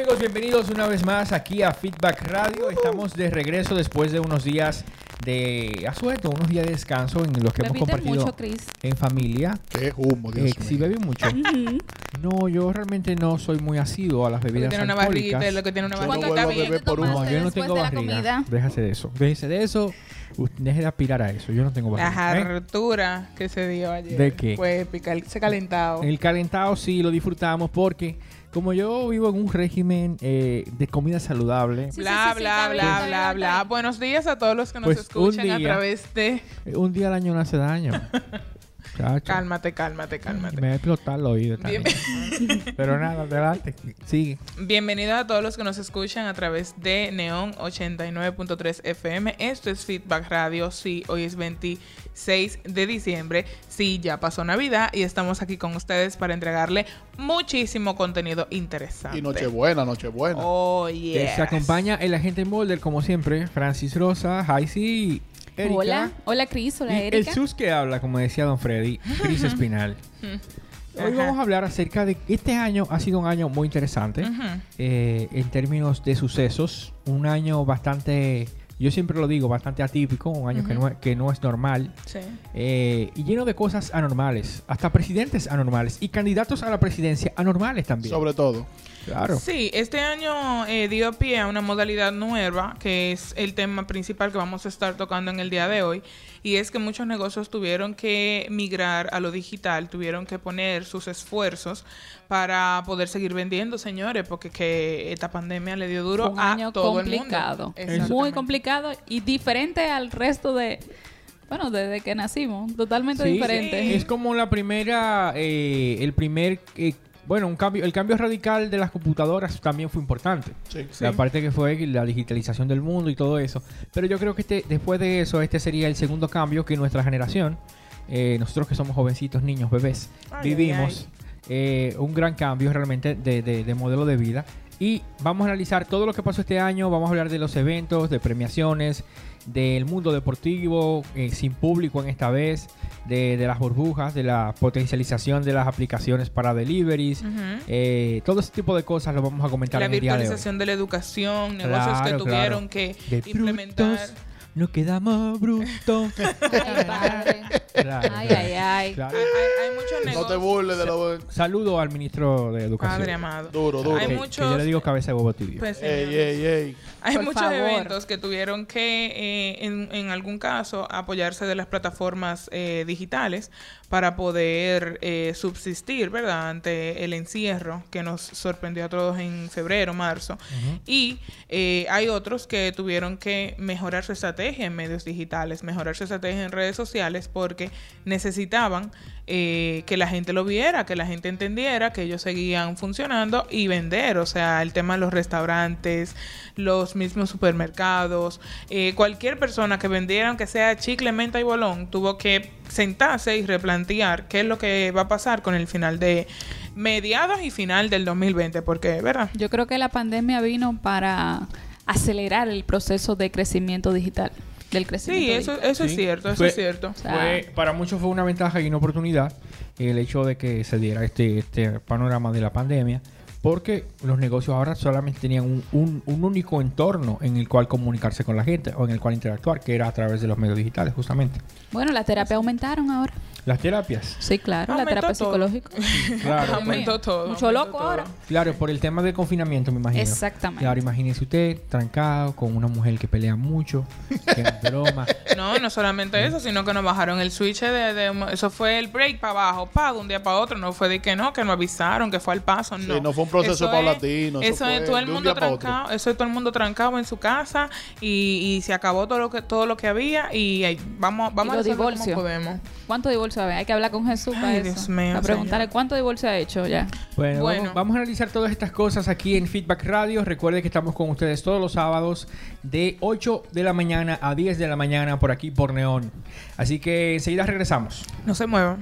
amigos? Bienvenidos una vez más aquí a Feedback Radio. Estamos de regreso después de unos días de asueto, unos días de descanso en los que hemos compartido mucho, Chris, en familia. Qué humo, Dios mío. Sí, bebí mucho. No, yo realmente no soy muy asiduo a las bebidas alcohólicas. Lo que tiene una Yo no barriguita vuelvo a beber por No, yo no tengo barriga. Déjese de eso. Déjese de eso. Deje de aspirar a eso. Yo no tengo barriga. La hartura que se dio ayer. ¿De qué? Fue épica. Se calentado. El calentado sí lo disfrutamos porque como yo vivo en un régimen de comida saludable. Bla. Buenos días a todos los que nos escuchan a través de... Un día al año no hace daño. Chacho. Cálmate. Me va a explotar el oído también. Pero nada, adelante. Sigue. Bienvenidos a todos los que nos escuchan a través de Neon 89.3 FM. Esto es Feedback Radio. Sí, hoy es 26 de diciembre. Sí, ya pasó Navidad y estamos aquí con ustedes para entregarle muchísimo contenido interesante. Y Nochebuena. Oh, yes. Se acompaña el agente Mulder, como siempre, Francis Rosa, Jaisi, Erika. Hola Cris, hola Y Erika. el sus que habla, como decía Don Freddy, Cris Espinal. Hoy vamos a hablar acerca de que este año ha sido un año muy interesante en términos de sucesos. Un año bastante, yo siempre lo digo, bastante atípico. Un año que no es normal. Sí. Y lleno de cosas anormales. Hasta presidentes anormales. Y candidatos a la presidencia anormales también. Sobre todo. Claro. Sí, este año dio pie a una modalidad nueva, que es el tema principal que vamos a estar tocando en el día de hoy, y es que muchos negocios tuvieron que migrar a lo digital, tuvieron que poner sus esfuerzos para poder seguir vendiendo, señores, porque que esta pandemia le dio duro Un año a todo complicado, el mundo. muy complicado y diferente al resto de... Bueno, desde que nacimos, totalmente diferente. Sí. Es como la primera, el primer... bueno, el cambio radical de las computadoras también fue importante. Sí. La parte que fue la digitalización del mundo y todo eso. Pero yo creo que después de eso, este sería el segundo cambio que nuestra generación, nosotros que somos jovencitos, niños, bebés, vivimos. Un gran cambio realmente de modelo de vida. Y vamos a analizar todo lo que pasó este año. Vamos a hablar de los eventos, de premiaciones, del mundo deportivo, sin público en esta vez, de las burbujas, de la potencialización de las aplicaciones para deliveries, todo ese tipo de cosas lo vamos a comentar en el día de hoy. La virtualización de la educación, negocios que tuvieron que de implementar. Brutos, no quedamos brutos. Ay, padre. Claro, Ay. claro. Hay muchos negocios. No te burles de lo... Saludo al ministro de Educación. Padre amado. Duro. Hay Que muchos... yo le digo cabeza de huevo tibio. Pues, Ey. hay Por muchos favor. eventos que tuvieron que, en algún caso, apoyarse de las plataformas digitales para poder subsistir, ¿verdad?, ante el encierro que nos sorprendió a todos en febrero, marzo. Y hay otros que tuvieron que mejorar su estrategia en medios digitales, mejorar su estrategia en redes sociales, porque necesitaban que la gente lo viera, que la gente entendiera que ellos seguían funcionando y vender. O sea, el tema de los restaurantes, los mismos supermercados, cualquier persona que vendiera, aunque sea chicle, menta y bolón, tuvo que sentarse y replantear qué es lo que va a pasar con el final de mediados y final del 2020, porque, ¿verdad? Yo creo que la pandemia vino para acelerar el proceso de crecimiento digital. Del crecimiento Sí, eso es cierto, eso es cierto. O sea, Para muchos fue una ventaja y una oportunidad el hecho de que se diera este panorama de la pandemia, porque los negocios ahora solamente tenían un único entorno en el cual comunicarse con la gente o en el cual interactuar, que era a través de los medios digitales, justamente. Bueno, las terapias aumentaron ahora. Las terapias. Sí, claro, la Aumentó terapia todo. psicológica. Claro, Aumentó todo. Mucho aumentó loco todo. ahora. claro, por el tema del confinamiento, me imagino. Exactamente. Claro, imagínese usted trancado con una mujer que pelea mucho, que es broma. No solamente eso, sino que nos bajaron el switch eso fue el break para abajo, de un día para otro. No fue de que no avisaron, que fue al paso, no. Sí, no fue un proceso Eso paulatino. Eso es todo el de un mundo día para otro. trancado. Eso es todo el mundo trancado en su casa y se acabó todo lo que había y vamos Y a los resolver como divorcios. podemos. ¿Cuánto divorcio va a haber? Hay que hablar con Jesús para Ay, eso. Dios mío, a preguntarle señor. cuánto divorcio ha hecho ya. Bueno. Vamos a analizar todas estas cosas aquí en Feedback Radio. Recuerden que estamos con ustedes todos los sábados de 8 de la mañana a 10 de la mañana por aquí por Neón. Así que enseguida regresamos. No se muevan.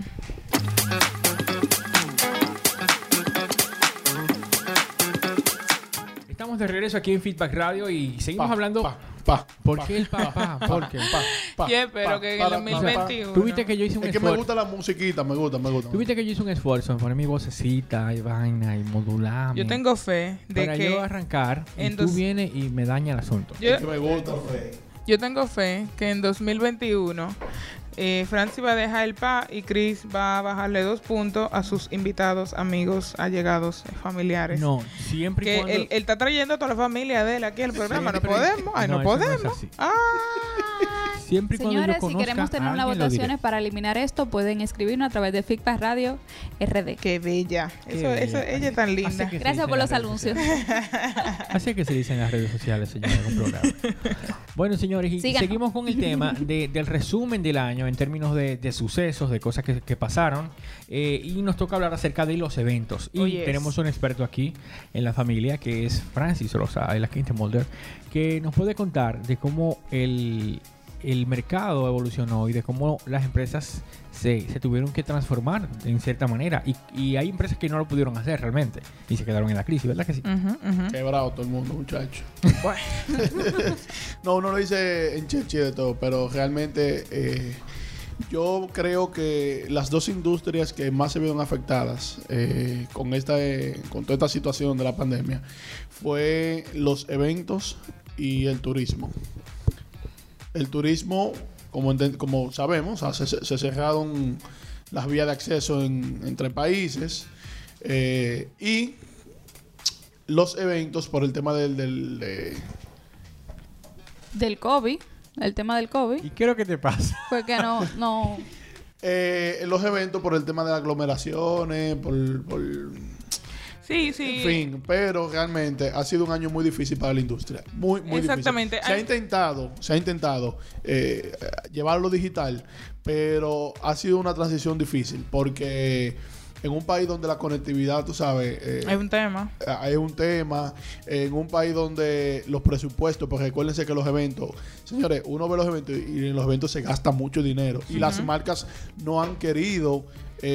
Estamos de regreso aquí en Feedback Radio y seguimos hablando Pa. ¿Por qué el papá? ¿Por qué? Yo espero que en el 2021... Tú viste que yo hice un Es que me esfuerzo. gusta la musiquita, me gusta. Tú viste que yo hice un esfuerzo en poner mi vocecita y vaina y modularme. Yo tengo fe de para que... yo arrancar y tú vienes y me daña el asunto. Es que me gusta. Yo tengo fe que en 2021 Francis va a dejar el pa y Chris va a bajarle 2 puntos a sus invitados, amigos, allegados, familiares. No, siempre y Que cuando... él está trayendo a toda la familia de él aquí al programa. No Siempre- podemos. Ay, no eso no es podemos. así. Ah. Siempre y cuando Señores, yo si conozca queremos tener a unas alguien, lo diré. votaciones para eliminar esto, pueden escribirnos a través de Feedback Radio RD. Qué bella. Qué Eso, bella. ella es tan Así linda. que se Gracias dice por en los las redes anuncios. sociales. Así es que se dice en las redes sociales, señores, en un programa. Bueno, señores, y Síganos. seguimos con el tema del resumen del año en términos de sucesos, de cosas que pasaron. Y nos toca hablar acerca de los eventos. Y Oh, yes. tenemos un experto aquí en la familia, que es Francis Rosa, de la Quinta Mulder, que nos puede contar de cómo el mercado evolucionó y de cómo las empresas se tuvieron que transformar en cierta manera. Y hay empresas que no lo pudieron hacer realmente y se quedaron en la crisis, ¿verdad que sí? Quebrado todo el mundo, muchacho. No, uno lo dice en cheche de todo, pero realmente yo creo que las dos industrias que más se vieron afectadas con toda esta situación de la pandemia fue los eventos y el turismo. El turismo, como sabemos, se cerraron las vías de acceso entre países y los eventos por el tema Del COVID, el tema del COVID, ¿Y qué es lo que te pasa? fue que no los eventos por el tema de aglomeraciones, por Sí, sí. en fin, pero realmente ha sido un año muy difícil para la industria. Muy Exactamente. difícil. Se ha intentado llevarlo digital, pero ha sido una transición difícil porque en un país donde la conectividad, tú sabes, Hay un tema. hay un tema, en un país donde los presupuestos, pues recuérdense que los eventos, señores, uno ve los eventos y en los eventos se gasta mucho dinero y las marcas no han querido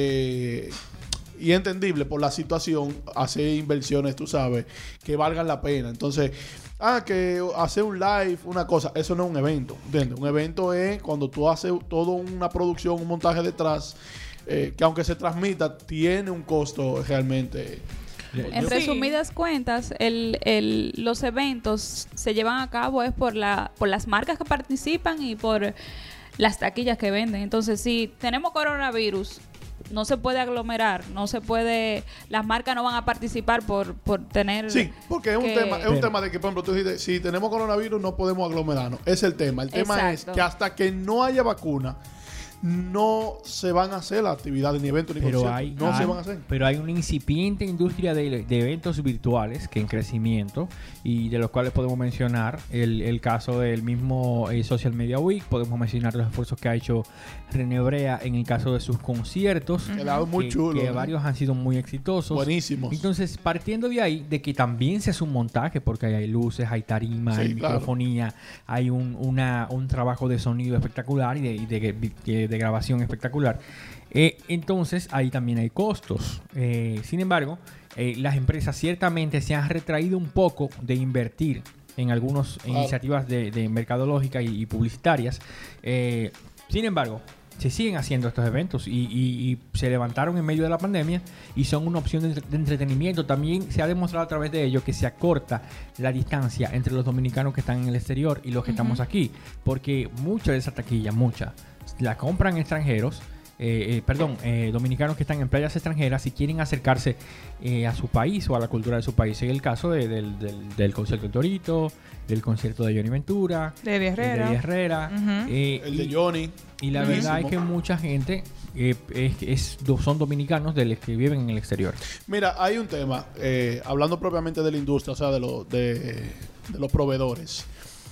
y entendible por la situación, hacer inversiones, tú sabes, que valgan la pena. Entonces, que hacer un live, una cosa, eso no es un evento, ¿entiendes? Un evento es cuando tú haces toda una producción, un montaje detrás, que aunque se transmita, tiene un costo realmente. En Sí. resumidas cuentas, los eventos se llevan a cabo es por las marcas que participan y por las taquillas que venden. Entonces, si tenemos coronavirus, no se puede aglomerar, las marcas no van a participar por tener... Sí, porque es un que- tema de que, por ejemplo, tú dices, si tenemos coronavirus no podemos aglomerarnos. Es el tema. El tema Exacto. es que hasta que no haya vacuna, no se van a hacer las actividades, ni eventos, ni conciertos. No se van a hacer. Pero hay una incipiente industria de eventos virtuales que en crecimiento y de los cuales podemos mencionar el caso del mismo Social Media Week. Podemos mencionar los esfuerzos que ha hecho René Brea en el caso de sus conciertos. Quedado muy chulo, Que ¿no? varios han sido muy exitosos. Buenísimos. Entonces, partiendo de ahí, de que también se hace un montaje, porque hay luces, hay tarima, Sí, hay claro. microfonía, hay un trabajo de sonido espectacular y de grabación espectacular. Entonces, ahí también hay costos. Sin embargo, las empresas ciertamente se han retraído un poco de invertir en algunas iniciativas de mercadológicas y publicitarias. Sin embargo, se siguen haciendo estos eventos y se levantaron en medio de la pandemia y son una opción de entretenimiento. También se ha demostrado a través de ello que se acorta la distancia entre los dominicanos que están en el exterior y los que estamos aquí, porque mucha de esa taquilla, la compran extranjeros, dominicanos que están en playas extranjeras y quieren acercarse a su país o a la cultura de su país. En el caso del concierto de Torito, del concierto de Johnny Ventura, De Eddie Herrera. de Eddie Herrera, El de Johnny. y la Buenísimo. verdad es que mucha gente son dominicanos de los que viven en el exterior. Mira, hay un tema, hablando propiamente de la industria, o sea, de los proveedores.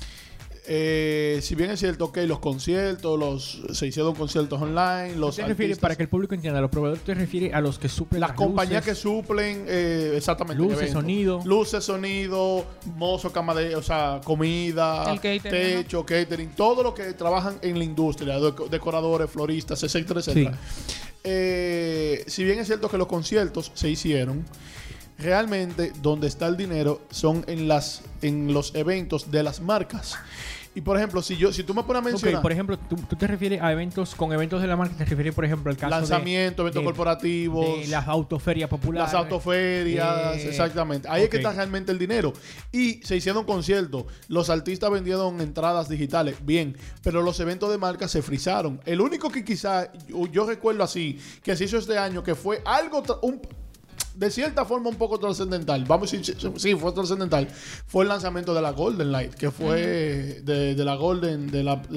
Si bien es cierto que los conciertos, se hicieron conciertos online, los ¿Te refieres, artistas, para que el público entienda, a los proveedores te refieres a los que suplen las compañías que luces, suplen exactamente luces, sonido? luces, sonido, mozo, camarero, o sea, comida, El catering, techo, catering, todo lo que trabajan en la industria, decoradores, floristas, etcétera, etcétera. Si bien es cierto que los conciertos se hicieron, realmente donde está el dinero son en los eventos de las marcas. Y por ejemplo, si tú me pones a mencionar... Ok, por ejemplo, tú te refieres a eventos con eventos de la marca, te refieres, por ejemplo, al caso lanzamiento, eventos corporativos, de las autoferias populares. Las autoferias, exactamente. Ahí es que está realmente el dinero. Y se hicieron conciertos. Los artistas vendieron entradas digitales, bien. Pero los eventos de marca se frizaron. El único que quizá yo recuerdo así, que se hizo este año, que fue algo... de cierta forma un poco trascendental, vamos a decir, sí, fue trascendental, fue el lanzamiento de la Golden Light, que fue de la Golden,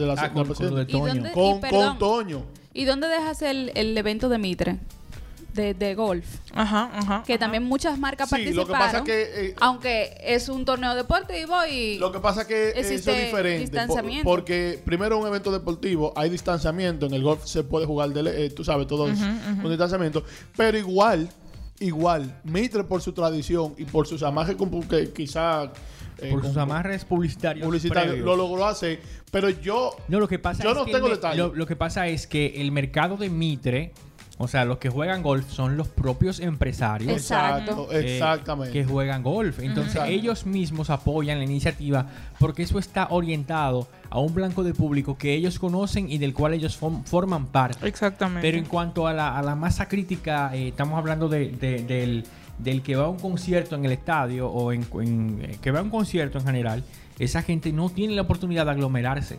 con Toño. ¿Y dónde dejas el evento de Mitre? De golf. Que también muchas marcas participaron. Lo que pasa que... aunque es un torneo deportivo y... Lo que pasa que eso es diferente. Distanciamiento. Porque primero un evento deportivo hay distanciamiento. En el golf se puede jugar, tú sabes, todo con distanciamiento. Pero igual, Mitre por su tradición y por sus amarres que quizá... por sus amarres publicitarios lo logró hacer. Pero yo no tengo detalles. Lo que pasa es que el mercado de Mitre, o sea, los que juegan golf son los propios empresarios. Exactamente. Que juegan golf. Entonces, ellos mismos apoyan la iniciativa porque eso está orientado a un blanco de público que ellos conocen y del cual ellos forman parte. Exactamente. Pero en cuanto a la masa crítica, estamos hablando del que va a un concierto en el estadio o que va a un concierto en general. Esa gente no tiene la oportunidad de aglomerarse.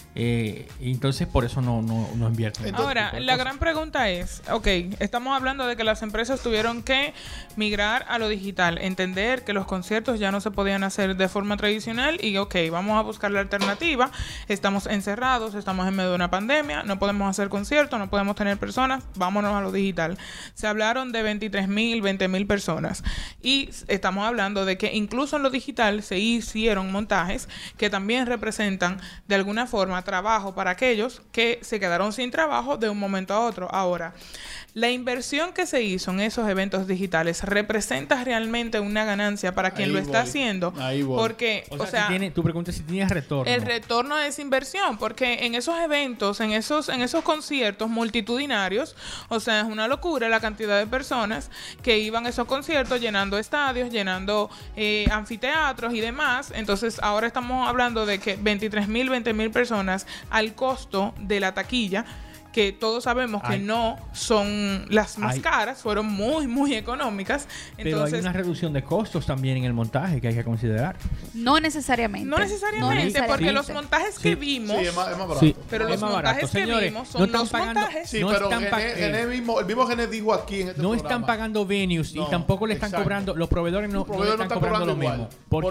Entonces por eso no invierten. Ahora, la gran pregunta es, estamos hablando de que las empresas tuvieron que migrar a lo digital, entender que los conciertos ya no se podían hacer de forma tradicional y vamos a buscar la alternativa. Estamos encerrados, estamos en medio de una pandemia, no podemos hacer conciertos, no podemos tener personas, vámonos a lo digital. Se hablaron de 23,000, 20,000 personas y estamos hablando de que incluso en lo digital se hicieron montajes que también representan de alguna forma trabajo para aquellos que se quedaron sin trabajo de un momento a otro. Ahora, la inversión que se hizo en esos eventos digitales representa realmente una ganancia para quien lo está haciendo. Porque, tu pregunta es si tiene retorno. El retorno es inversión, porque en esos eventos, en esos conciertos multitudinarios, es una locura la cantidad de personas que iban a esos conciertos llenando estadios, llenando anfiteatros y demás. Entonces, ahora estamos hablando de que 23,000, 20,000 personas al costo de la taquilla, que todos sabemos que no son las más caras, fueron muy, muy económicas. Entonces, pero hay una reducción de costos también en el montaje que hay que considerar. No necesariamente. Porque los montajes que vimos... Sí, es más barato. Sí, pero los montajes que vimos son los montajes... Sí, pero el mismo Gené dijo aquí en este programa. Están pagando venues y tampoco le están cobrando... Los proveedores no están cobrando lo mismo.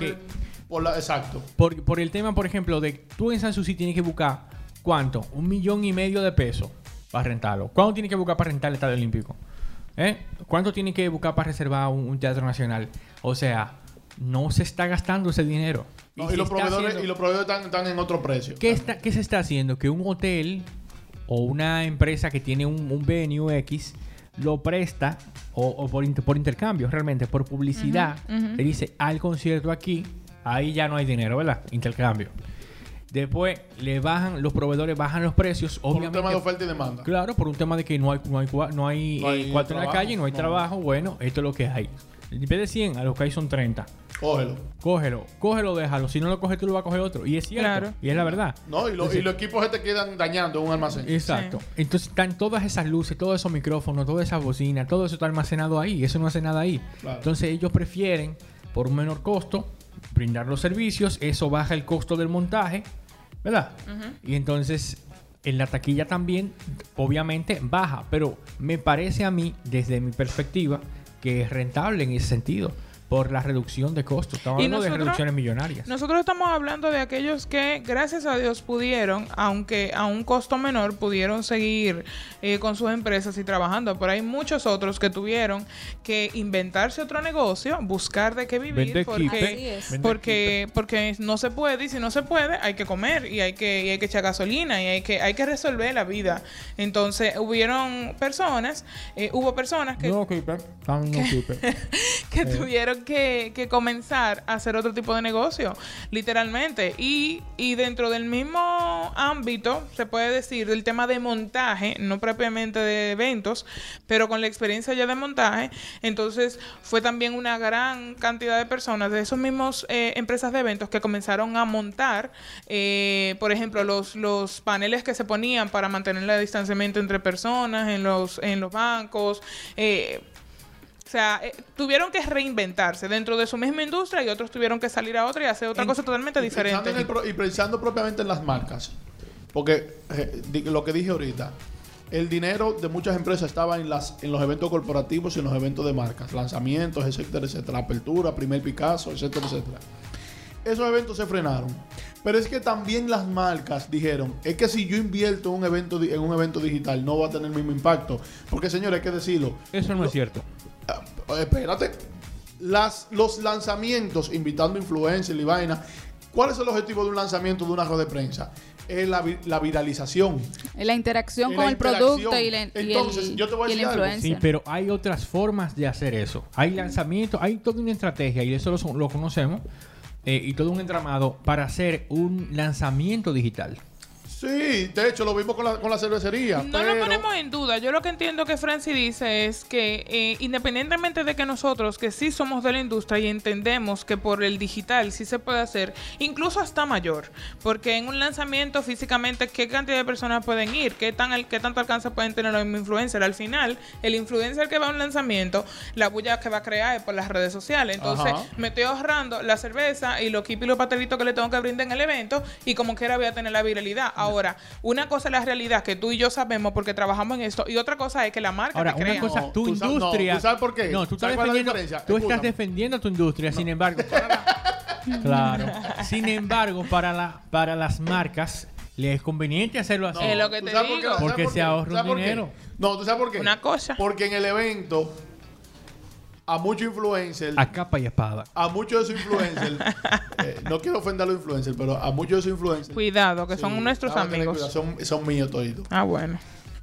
Exacto. Por el tema, por ejemplo, de tú en Sanssouci tienes que buscar ¿cuánto? 1,5 millones de pesos para rentarlo. ¿Cuánto tienes que buscar para rentar el Estadio Olímpico? ¿Cuánto tienes que buscar para reservar un teatro nacional? O sea, no se está gastando ese dinero. Y los proveedores están en otro precio. ¿Qué se está haciendo? Que un hotel o una empresa que tiene un venue X lo presta o por intercambio, realmente, por publicidad. Le dice, al concierto aquí, ahí ya no hay dinero, ¿verdad? Intercambio. Después los proveedores bajan los precios, obviamente. Por un tema de oferta y demanda. Claro, por un tema de que no hay cuarto en la calle, no hay trabajo. Bueno, esto es lo que hay. En vez de 100, a los que hay son 30. Cógelo, déjalo. Si no lo coges tú, lo va a coger otro. Y es cierto. Claro. Y es la verdad. No, y los equipos se te quedan dañando en un almacén. Exacto. Sí. Entonces están todas esas luces, todos esos micrófonos, todas esas bocinas, todo eso está almacenado ahí. Eso no hace nada ahí. Claro. Entonces ellos prefieren, por un menor costo, brindar los servicios. Eso baja el costo del montaje, ¿verdad? Y entonces en la taquilla también, obviamente, baja. Pero me parece a mí, desde mi perspectiva, que es rentable en ese sentido. Por la reducción de costos. Estamos hablando de reducciones millonarias. Nosotros estamos hablando de aquellos que, gracias a Dios, pudieron, aunque a un costo menor, pudieron seguir con sus empresas y trabajando. Pero hay muchos otros que tuvieron que inventarse otro negocio, buscar de qué vivir, porque no se puede. Y si no se puede, hay que comer y hay que echar gasolina y hay que resolver la vida. Entonces, hubo personas que tuvieron tuvieron que comenzar a hacer otro tipo de negocio, literalmente. Y dentro del mismo ámbito, se puede decir, del tema de montaje, no propiamente de eventos, pero con la experiencia ya de montaje, entonces fue también una gran cantidad de personas de esos mismos empresas de eventos que comenzaron a montar, por ejemplo, los paneles que se ponían para mantener el distanciamiento entre personas en los bancos. O sea, tuvieron que reinventarse dentro de su misma industria y otros tuvieron que salir a otra y hacer otra cosa totalmente diferente. Y pensando propiamente en las marcas, porque lo que dije ahorita, el dinero de muchas empresas estaba en los eventos corporativos y en los eventos de marcas, lanzamientos, etcétera, etcétera, apertura, primer Picasso, etcétera, etcétera. Esos eventos se frenaron. Pero es que también las marcas dijeron, es que si yo invierto en un evento digital no va a tener el mismo impacto. Porque, señores, hay que decirlo. Eso no es cierto. Espérate. Los lanzamientos, invitando influencers y vaina. ¿Cuál es el objetivo de un lanzamiento de una rueda de prensa? Es la viralización. La interacción con el producto y Entonces, yo te voy a decir influencia. Sí, pero hay otras formas de hacer eso. Hay lanzamientos, hay toda una estrategia y eso lo conocemos. Y todo un entramado para hacer un lanzamiento digital. Sí, de hecho lo vimos con la cervecería. No lo ponemos en duda. Yo lo que entiendo que Francis dice es que independientemente de que nosotros, que sí somos de la industria y entendemos que por el digital sí se puede hacer, incluso hasta mayor, porque en un lanzamiento físicamente, ¿qué cantidad de personas pueden ir? ¿Qué tanto alcance pueden tener los influencers? Al final, el influencer que va a un lanzamiento, la bulla que va a crear es por las redes sociales. Entonces, me estoy ahorrando la cerveza y los kipis y los pastelitos que le tengo que brindar en el evento y como quiera voy a tener la viralidad. Ahora, una cosa es la realidad que tú y yo sabemos porque trabajamos en esto y otra cosa es que la marca te crea. Una cosa, tu industria... ¿Tú sabes por qué? No, tú estás defendiendo tu industria, sin embargo... Claro. Sin embargo, para las marcas les es conveniente hacerlo así. Es lo que te digo. Porque se ahorra un dinero. No, ¿tú sabes por qué? Una cosa. Porque en el evento... A muchos influencers... A capa y espada. A muchos de esos influencers... no quiero ofender a los influencers, pero a muchos de esos influencers... Cuidado, que son nuestros amigos. Son míos toditos. Ah, bueno.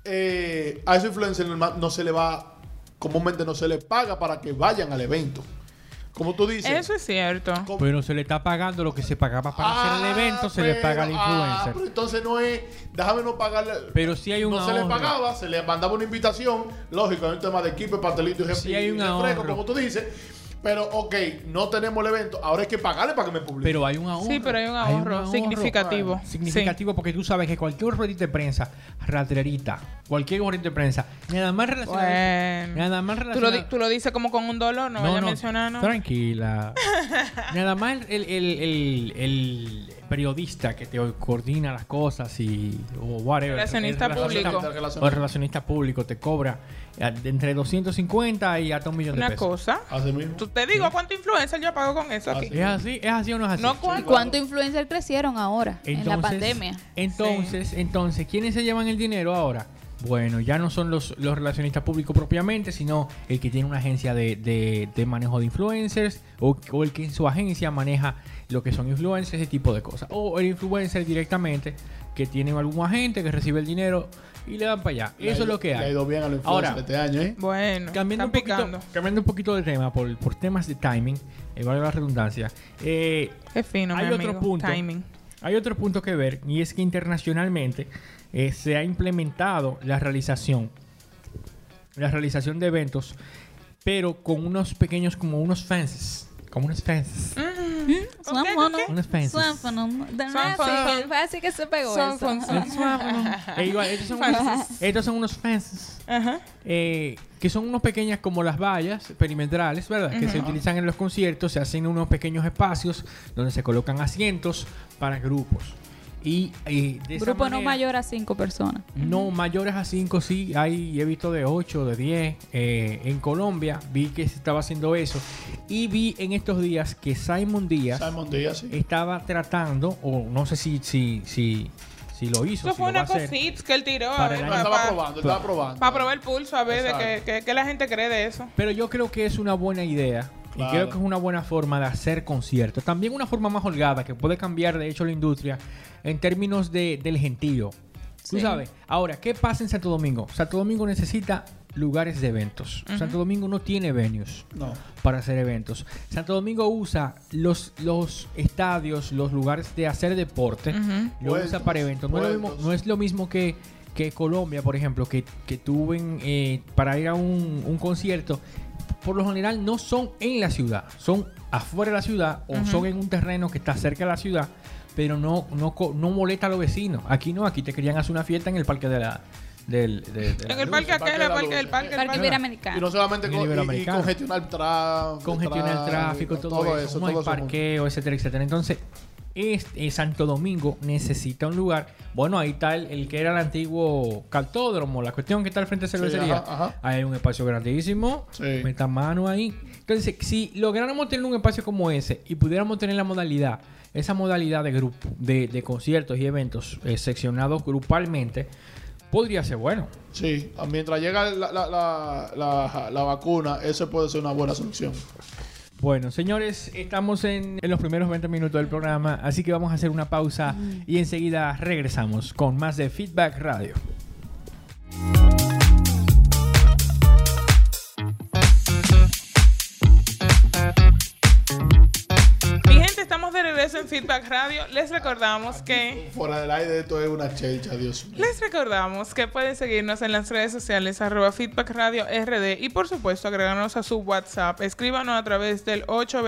A esos influencers no se le va... Comúnmente no se les paga para que vayan al evento. Como tú dices... Eso es cierto. Pero se le está pagando lo que se pagaba para hacer el evento, se le paga al influencer. Pero entonces no es... Déjame no pagarle... Pero sí hay un ahorro. No se le pagaba, se le mandaba una invitación. Lógico, hay un tema de equipo, pastelito y refresco, sí hay un ahorro, como tú dices. Pero, ok, no tenemos el evento. Ahora hay que pagarle para que me publique. Pero hay un ahorro. Sí, pero hay un ahorro significativo. Significativo porque tú sabes que cualquier ruedita de prensa, ratrerita, cualquier ruedita de prensa, nada más relacionado... Tú lo dices como con un dolor, no vaya a mencionar, ¿no? Tranquila. Nada más el periodista que te coordina las cosas o whatever. Relacionista público. O el relacionista público te cobra entre 250 y hasta $1 millón de pesos. Una cosa. Así mismo. Te digo cuánto influencer yo pago con eso aquí. ¿Es así o no es así? No, ¿Cuántos influencers crecieron ahora en la pandemia? Entonces, ¿quiénes se llevan el dinero ahora? Bueno, ya no son los relacionistas públicos propiamente, sino el que tiene una agencia de manejo de influencers o el que en su agencia maneja lo que son influencers, ese tipo de cosas. O el influencer directamente que tiene algún agente que recibe el dinero y le dan para allá. Eso es lo que hay. Le ha ido bien a los influencers este año, ¿eh? Bueno, cambiando un poquito de tema por temas de timing, vale la redundancia. Qué fino, hay mi otro amigo. punto. Timing. Hay otro punto que ver y es que internacionalmente se ha implementado la realización de eventos, pero con unos pequeños, como unos fences. Unos fences. Fue así que se pegó eso. Estos son unos fences. Que son unos pequeñas como las vallas perimetrales, ¿verdad? Que se utilizan en los conciertos. Se hacen unos pequeños espacios donde se colocan asientos para grupos. Y de grupo no mayor a 5 personas. No, mayores a 5 sí. He visto de 8, de 10. En Colombia vi que se estaba haciendo eso. Y vi en estos días que Simon Díaz sí. estaba tratando, o no sé si lo hizo. Eso fue una cosita que él tiró. Estaba probando. Para probar el pulso, a ver de qué la gente cree de eso. Pero yo creo que es una buena idea. Claro. Y creo que es una buena forma de hacer conciertos. También una forma más holgada que puede cambiar, de hecho, la industria en términos del gentío. Sí. Tú sabes. Ahora, ¿qué pasa en Santo Domingo? Santo Domingo necesita lugares de eventos. Santo Domingo no tiene venues para hacer eventos. Santo Domingo usa los estadios, los lugares de hacer deporte, lo usa para eventos. No es lo mismo que Colombia, por ejemplo, que tuve para ir a un concierto. Por lo general no son en la ciudad, son afuera de la ciudad o son en un terreno que está cerca de la ciudad, pero no molesta a los vecinos. Aquí no, aquí te querían hacer una fiesta en el parque en el parque el parque Iberoamericano. Y no solamente congestionar el tráfico, todo eso. No hay parqueo, etcétera, etcétera. Entonces, Santo Domingo necesita un lugar. Bueno, ahí está el que era el antiguo cartódromo, la cuestión que está al frente de cervecería. Hay un espacio grandísimo. Metan mano ahí. Entonces, si lográramos tener un espacio como ese y pudiéramos tener esa modalidad de grupo, de conciertos y eventos seccionados grupalmente, podría ser bueno. Sí, mientras llega la vacuna, eso puede ser una buena solución. Bueno, señores, estamos en los primeros 20 minutos del programa, así que vamos a hacer una pausa y enseguida regresamos con más de Feedback Radio. Estamos de regreso en Feedback Radio. Les recordamos que... Fuera del aire esto es una chelcha, Dios mío. Les recordamos que pueden seguirnos en las redes sociales @Feedback Radio RD y por supuesto agregarnos a su WhatsApp. Escríbanos a través del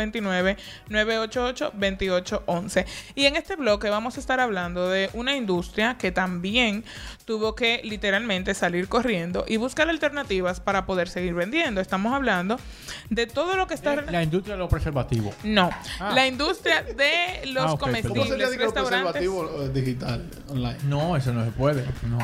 829-988-2811. Y en este bloque vamos a estar hablando de una industria que también tuvo que literalmente salir corriendo y buscar alternativas para poder seguir vendiendo. Estamos hablando de todo lo que está... La industria de los preservativos. No, la industria de los comestibles, ¿Cómo sería restaurantes. preservativo digital online? No, eso no se puede. No.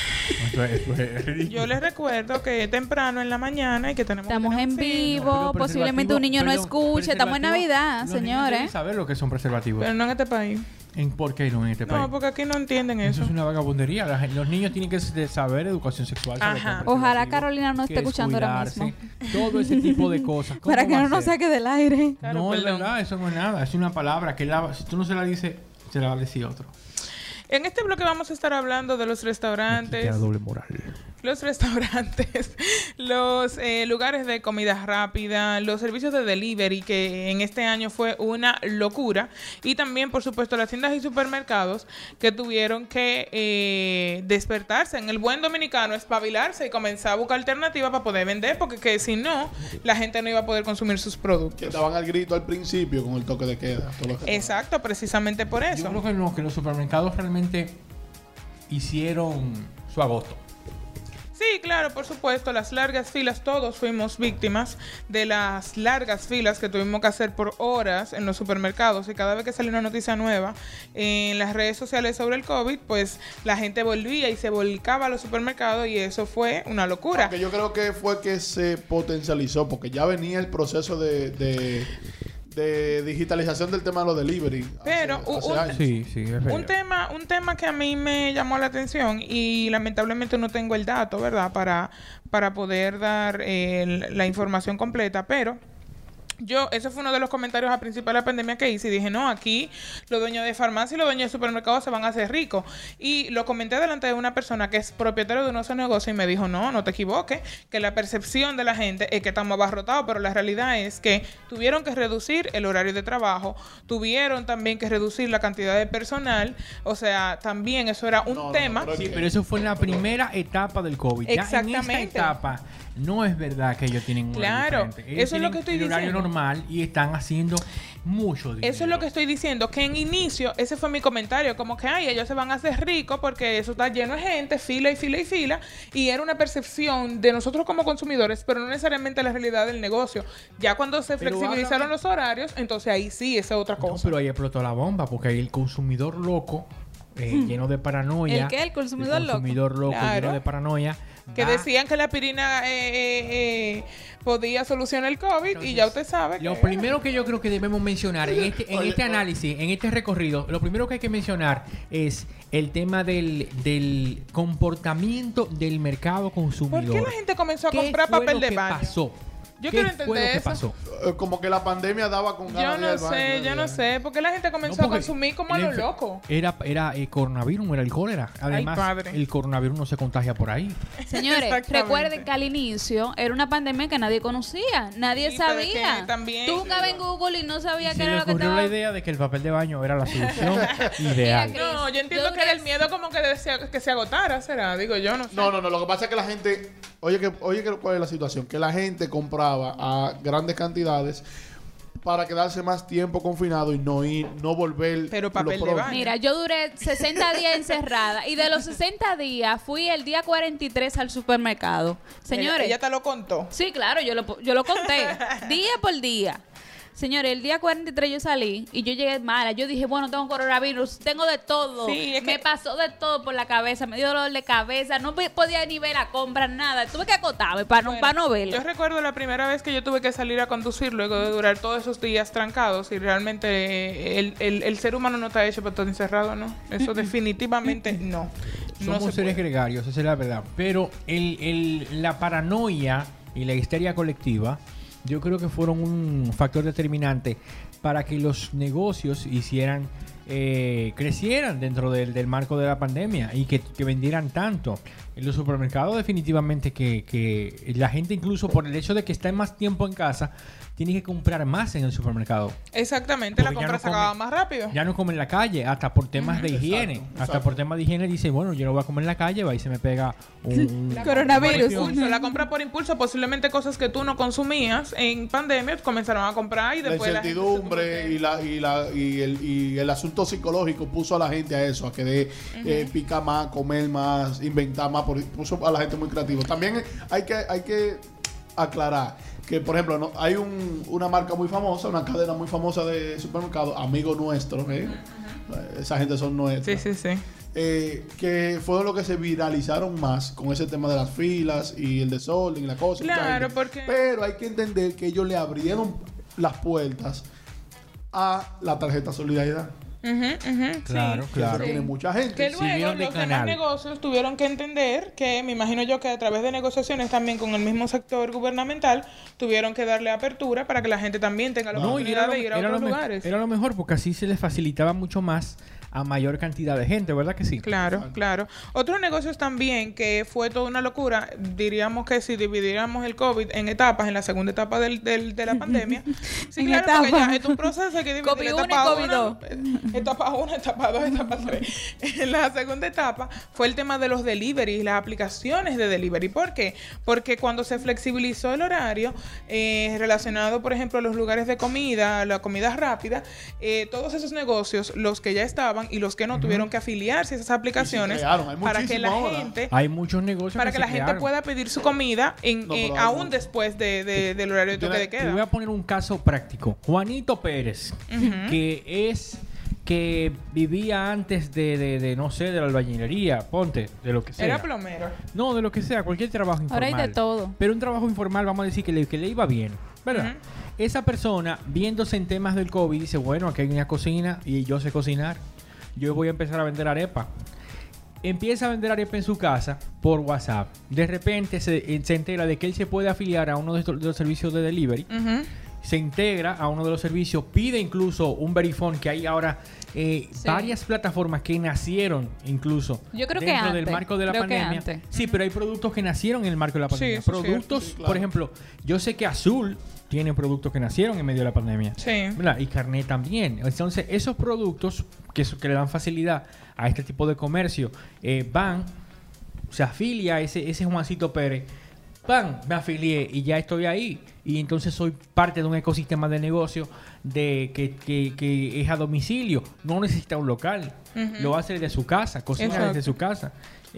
Eso es ridículo. Yo les recuerdo que es temprano en la mañana y que estamos en vivo, posiblemente un niño no escuche. Estamos en Navidad, señores. Los saber lo que son preservativos. Pero no en este país. ¿Por qué no en este país? No, porque aquí no entienden eso. Eso es una vagabundería. Los niños tienen que saber educación sexual. Ojalá Carolina no esté escuchando ahora mismo. Todo ese tipo de cosas. Para que no nos saque del aire. Claro, no, es verdad, eso no es nada. Es una palabra que si tú no se la dices, se la va a decir otro. En este bloque vamos a estar hablando de los restaurantes. Doble moral. Los restaurantes, los lugares de comida rápida, los servicios de delivery, que en este año fue una locura. Y también, por supuesto, las tiendas y supermercados que tuvieron que despertarse en el buen dominicano, espabilarse y comenzar a buscar alternativas para poder vender, porque si no, la gente no iba a poder consumir sus productos. Que estaban al grito al principio con el toque de queda. Exacto, precisamente por eso. Yo creo que los supermercados realmente hicieron su agosto. Sí, claro, por supuesto, las largas filas, todos fuimos víctimas de las largas filas que tuvimos que hacer por horas en los supermercados, y cada vez que salió una noticia nueva en las redes sociales sobre el COVID, pues la gente volvía y se volcaba a los supermercados y eso fue una locura. Aunque yo creo que fue que se potencializó, porque ya venía el proceso de digitalización del tema de los delivery. Pero un tema que a mí me llamó la atención y lamentablemente no tengo el dato, ¿verdad? Para poder dar la información completa, pero ese fue uno de los comentarios al principio de la pandemia que hice y dije, no, aquí los dueños de farmacia y los dueños de supermercados se van a hacer ricos. Y lo comenté delante de una persona que es propietario de uno de esos negocios y me dijo, no te equivoques, que la percepción de la gente es que estamos abarrotados, pero la realidad es que tuvieron que reducir el horario de trabajo, tuvieron también que reducir la cantidad de personal, o sea, también eso era un tema. Pero eso fue en la primera etapa del COVID. Exactamente. Ya en esta etapa no es verdad que ellos tienen un horario diferente. Eso es lo que estoy diciendo. Horario normal y están haciendo mucho dinero. Eso es lo que estoy diciendo, que en inicio ese fue mi comentario, como que ellos se van a hacer ricos porque eso está lleno de gente, fila y fila y fila, y era una percepción de nosotros como consumidores, pero no necesariamente la realidad del negocio. Ya cuando se flexibilizaron los horarios, entonces ahí sí, esa es otra cosa. No, pero ahí explotó la bomba porque ahí el consumidor loco, lleno de paranoia. ¿El qué? El consumidor loco. Claro. Lleno de paranoia. Que decían que la aspirina podía solucionar el COVID. Entonces, y ya usted sabe. Lo primero que yo creo que debemos mencionar en este análisis, en este recorrido, lo primero que hay que mencionar es el tema del comportamiento del mercado consumidor. ¿Por qué la gente comenzó a comprar papel de baño? ¿Qué pasó? Yo ¿Qué quiero fue entender lo que eso. pasó? Como que la pandemia daba con ganas de ir al baño. Yo no sé. Porque la gente comenzó No, a porque consumir como a lo loco. Era coronavirus, era el cólera. Además, padre. el coronavirus no se contagia por ahí. Señores, Exactamente. recuerden que al inicio era una pandemia que nadie conocía, nadie Sí, pero es sabía. que también- Tú buscabas en Google y no sabías Y qué se era le lo que ocurrió estaba. la idea de que el papel de baño era la solución ideal. Mira, No, yo entiendo Yo que era el duré- miedo como que que se agotara, será. Digo, yo no sé. No, lo que pasa es que la gente, cuál es la situación, que la gente compraba a grandes cantidades para quedarse más tiempo confinado y no volver. Pero papel lo de pronto. baño. Mira, yo duré 60 días encerrada y de los 60 días fui el día 43 al supermercado. Señores, Ella te lo contó. sí, claro, yo lo conté día por día. Señores, el día 43 yo salí y yo llegué mala. Yo dije, bueno, tengo coronavirus, tengo de todo. Sí, es que- Me pasó de todo por la cabeza, me dio dolor de cabeza, no podía ni ver la compra, nada. Tuve que acotarme para Bueno, no verlo. Yo recuerdo la primera vez que yo tuve que salir a conducir luego de durar todos esos días trancados y realmente el ser humano no está hecho para estar encerrado, ¿no? Eso definitivamente no. No Somos se seres puede. gregarios, esa es la verdad. Pero la paranoia y la histeria colectiva, yo creo que fueron un factor determinante para que los negocios crecieran dentro del marco de la pandemia y que vendieran tanto. En los supermercados definitivamente que la gente, incluso por el hecho de que está más tiempo en casa, tiene que comprar más en el supermercado. Exactamente, la Porque ya compra no se acaba come- más rápido. Ya no come en la calle, hasta por temas de higiene. Exacto. Hasta por temas de higiene dice, bueno, yo no voy a comer en la calle, va y se me pega un Coronavirus. una infección. La compra por impulso, posiblemente cosas que tú no consumías en pandemia, comenzaron a comprar y La después gente se tuvo incertidumbre que- y el asunto psicológico puso a la gente a eso, a querer picar más, comer más, inventar más, puso a la gente muy creativa. También hay que aclarar que, por ejemplo, hay una marca muy famosa, una cadena muy famosa de supermercados, amigo nuestro, esa gente son nuestros. Sí, sí, sí. Que fueron los que se viralizaron más con ese tema de las filas y el desorden y la cosa. mucha Claro, gente. porque- Pero hay que entender que ellos le abrieron las puertas a la tarjeta Solidaridad. Claro, sí. Que eso claro. tiene mucha gente. Que luego Sirvieron de los demás canal. negocios tuvieron que entender que, me imagino yo que a través de negociaciones también con el mismo sector gubernamental, tuvieron que darle apertura para que la gente también tenga la No, y oportunidad de ir a otros lugares. era lo mejor porque así se les facilitaba mucho más a mayor cantidad de gente, ¿verdad que sí? Claro, claro. Otros negocios también que fue toda una locura, diríamos que si dividiéramos el COVID en etapas, en la segunda etapa de la pandemia. Sí, En claro, porque etapas. ya es un proceso que dividir COVID uno y etapa COVID 1, dos. etapa 1, etapa 2, etapa 3. En la segunda etapa fue el tema de los delivery, las aplicaciones de delivery. ¿Por qué? Porque cuando se flexibilizó el horario relacionado, por ejemplo, a los lugares de comida, la comida rápida, todos esos negocios, los que ya estaban y los que no, tuvieron que afiliarse a esas aplicaciones crearon, hay para que la muchísimo ahora. gente Hay muchos negocios para que se la gente crearon. pueda pedir su comida No, pero hay aún mucho. después del horario de toque de Te voy queda. a poner un caso práctico. Juanito Pérez, que vivía antes de no sé, de la albañilería, ponte, de lo que sea. Era plomero. No, de lo que sea, cualquier trabajo Ahora informal. hay de todo. Pero un trabajo informal, vamos a decir que le iba bien, ¿verdad? Esa persona, viéndose en temas del COVID, dice, bueno, aquí hay una cocina y yo sé cocinar. Yo voy a empezar a vender arepa. Empieza a vender arepa en su casa por WhatsApp. De repente se entera de que él se puede afiliar a uno de los servicios de delivery. Ujú. Se integra a uno de los servicios, pide incluso un Verifone, que hay ahora varias plataformas que nacieron incluso Yo creo que dentro del antes, marco de la creo que pandemia. antes. Sí, pero hay productos que nacieron en el marco de la Sí, pandemia. eso es Productos, cierto, sí, claro. por ejemplo, yo sé que Azul tiene productos que nacieron en medio de la pandemia. Sí. ¿Verdad? Y Carnet también. Entonces, esos productos que le dan facilidad a este tipo de comercio se afilia a ese Juancito Pérez. Me afilié y ya estoy ahí. Y entonces soy parte de un ecosistema de negocio que es a domicilio. No necesita un local. Lo hace desde su casa, cocina Exacto. desde su casa.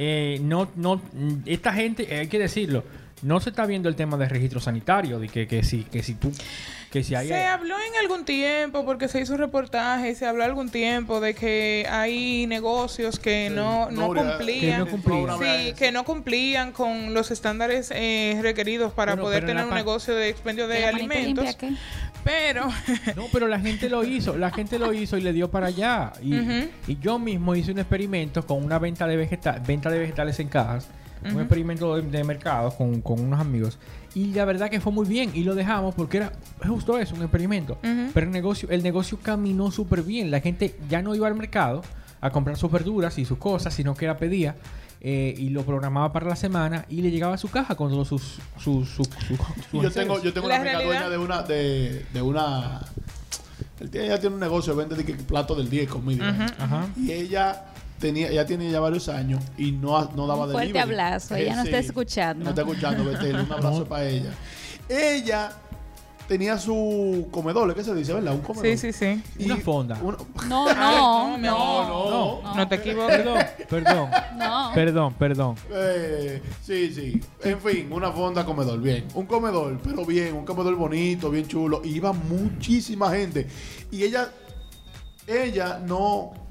Esta gente, hay que decirlo, no se está viendo el tema del registro sanitario, de que si hay... Se habló en algún tiempo, porque se hizo reportaje, se habló algún tiempo de que hay negocios que no cumplían. Que no cumplían. Sí, que no cumplían con los estándares requeridos para Bueno, poder pero en tener la un negocio de expendio de ¿La manita alimentos. limpia qué? Pero No, pero la gente lo hizo y le dio para allá. Y yo mismo hice un experimento con una venta de vegetales en cajas un experimento de mercado con unos amigos. Y la verdad que fue muy bien y lo dejamos porque era justo eso, un experimento. Pero el negocio caminó súper bien. La gente ya no iba al mercado a comprar sus verduras y sus cosas, sino que la pedía y lo programaba para la semana y le llegaba a su caja con todos sus yo tengo una amiga dueña de una ella tiene un negocio, vende de plato del día y comida. Y ella tiene ya varios años y no daba delivery. Fuerte abrazo, ella no está escuchando. No está escuchando, Betel, un abrazo para ella. Ella tenía su comedor, ¿qué se dice, verdad? Un comedor. Sí. Y una fonda. No te equivoques. Perdón. Sí. En fin, una fonda comedor, bien. Un comedor, pero bien, un comedor bonito, bien chulo. Y iba muchísima gente. Y ella no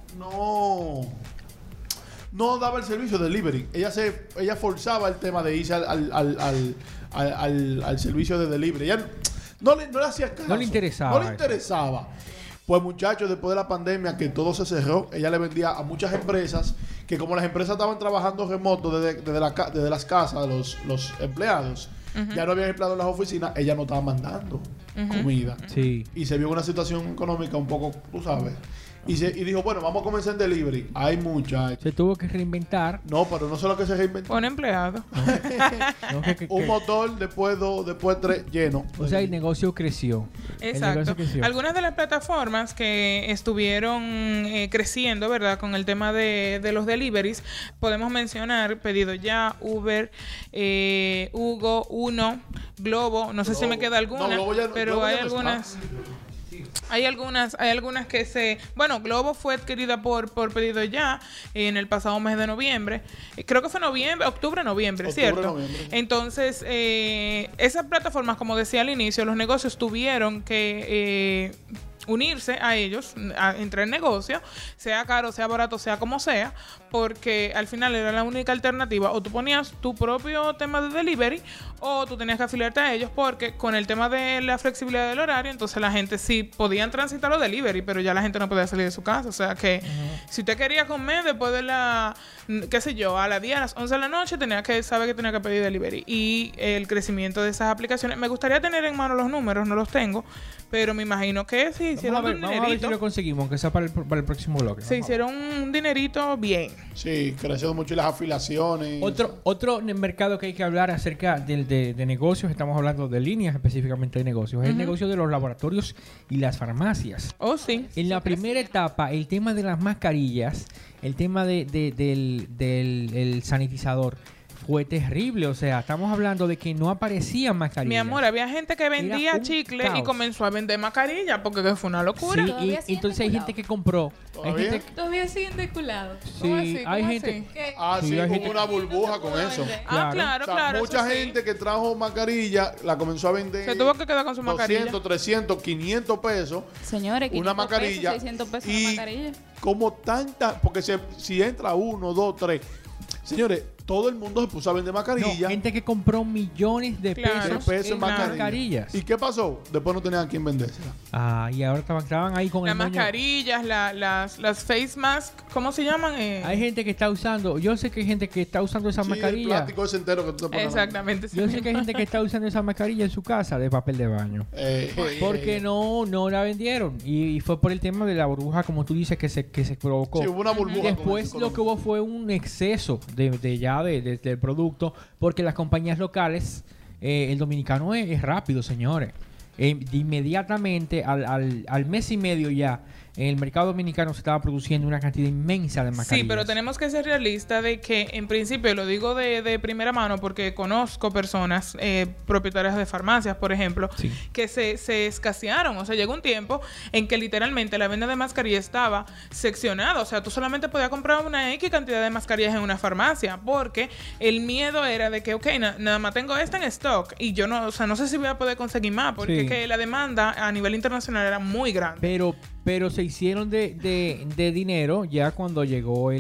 daba el servicio de delivery. Ella forzaba el tema de irse al servicio de delivery. Ella no le hacía caso. No le interesaba. Pues muchachos, después de la pandemia que todo se cerró, ella le vendía a muchas empresas que como las empresas estaban trabajando remoto desde las casas, los empleados, ya no había empleados en las oficinas, ella no estaba mandando comida. Sí. Y se vio una situación económica un poco, tú sabes. Y dijo, bueno, vamos a comenzar en delivery. Hay muchachos. Se tuvo que reinventar. No, pero no solo que se reinventó. Un empleado. Un motor, después tres, lleno. O sea, el negocio creció. Exacto. Algunas de las plataformas que estuvieron creciendo, ¿verdad? Con el tema de los deliveries, podemos mencionar Pedido Ya, Uber, Hugo, Uno, Globo. No sé si me queda alguna, pero Globo hay ya no algunas... Hay algunas que Bueno, Globo fue adquirida por Pedido Ya en el pasado mes de noviembre. Creo que fue octubre-noviembre, ¿cierto? Entonces, esas plataformas, como decía al inicio, los negocios tuvieron que unirse a ellos, entre el negocio, sea caro, sea barato, sea como sea, porque al final era la única alternativa. O tú ponías tu propio tema de delivery o tú tenías que afiliarte a ellos, porque con el tema de la flexibilidad del horario, entonces la gente sí podían transitar los delivery, pero ya la gente no podía salir de su casa. O sea que si usted quería comer después de qué sé yo, a las 10, a las 11 de la noche, tenía que saber que tenía que pedir delivery. Y el crecimiento de esas aplicaciones, me gustaría tener en mano los números, no los tengo, pero me imagino que sí hicieron un dinerito. Vamos a ver si lo conseguimos, aunque sea para el próximo bloque. Se hicieron un dinerito bien. Sí, creció mucho las afiliaciones. Otro mercado que hay que hablar acerca de negocios, estamos hablando de líneas específicamente de negocios, es el negocio de los laboratorios y las farmacias. Oh, sí. En la primera etapa, el tema de las mascarillas, el tema del sanitizador, fue terrible. O sea, estamos hablando de que no aparecían mascarillas. Mi amor, había gente que vendía chicle y comenzó a vender mascarillas porque fue una locura. Sí, y entonces hay gente que compró. Todavía siguen desculados. Sí, hay gente. Sí, como una burbuja con eso. Claro, mucha gente que trajo mascarilla la comenzó a vender. Se tuvo que quedar con su mascarilla. 200, 300, 500 pesos. Señores, una mascarilla. Pesos, 600 pesos y una mascarilla. Como tanta, porque si entra 1, 2, 3. Señores, todo el mundo se puso a vender mascarillas. Gente que compró millones de pesos en mascarillas. ¿Y qué pasó? Después no tenían a quién vendérsela. Y ahora estaban ahí con las mascarillas, las face masks, ¿cómo se llaman? Hay gente que está usando, yo sé que hay gente que está usando esas mascarillas. El plástico ese entero que tú te pones. Exactamente. Yo sé que hay gente que está usando esa mascarilla en su casa de papel de baño. Porque no la vendieron. Y fue por el tema de la burbuja, como tú dices, que se provocó. Sí, hubo una burbuja. Y después lo que hubo fue un exceso del producto, porque las compañías locales, el dominicano es rápido, señores. Inmediatamente, al mes y medio ya, en el mercado dominicano se estaba produciendo una cantidad inmensa de mascarillas. Sí, pero tenemos que ser realistas de que, en principio, lo digo de primera mano porque conozco personas, propietarias de farmacias, por ejemplo, que se escasearon. O sea, llegó un tiempo en que literalmente la venta de mascarillas estaba seccionada. O sea, tú solamente podías comprar una X cantidad de mascarillas en una farmacia, porque el miedo era de que, nada más tengo esta en stock y yo no sé si voy a poder conseguir más, porque es que la demanda a nivel internacional era muy grande. Pero pero se hicieron de dinero ya cuando llegó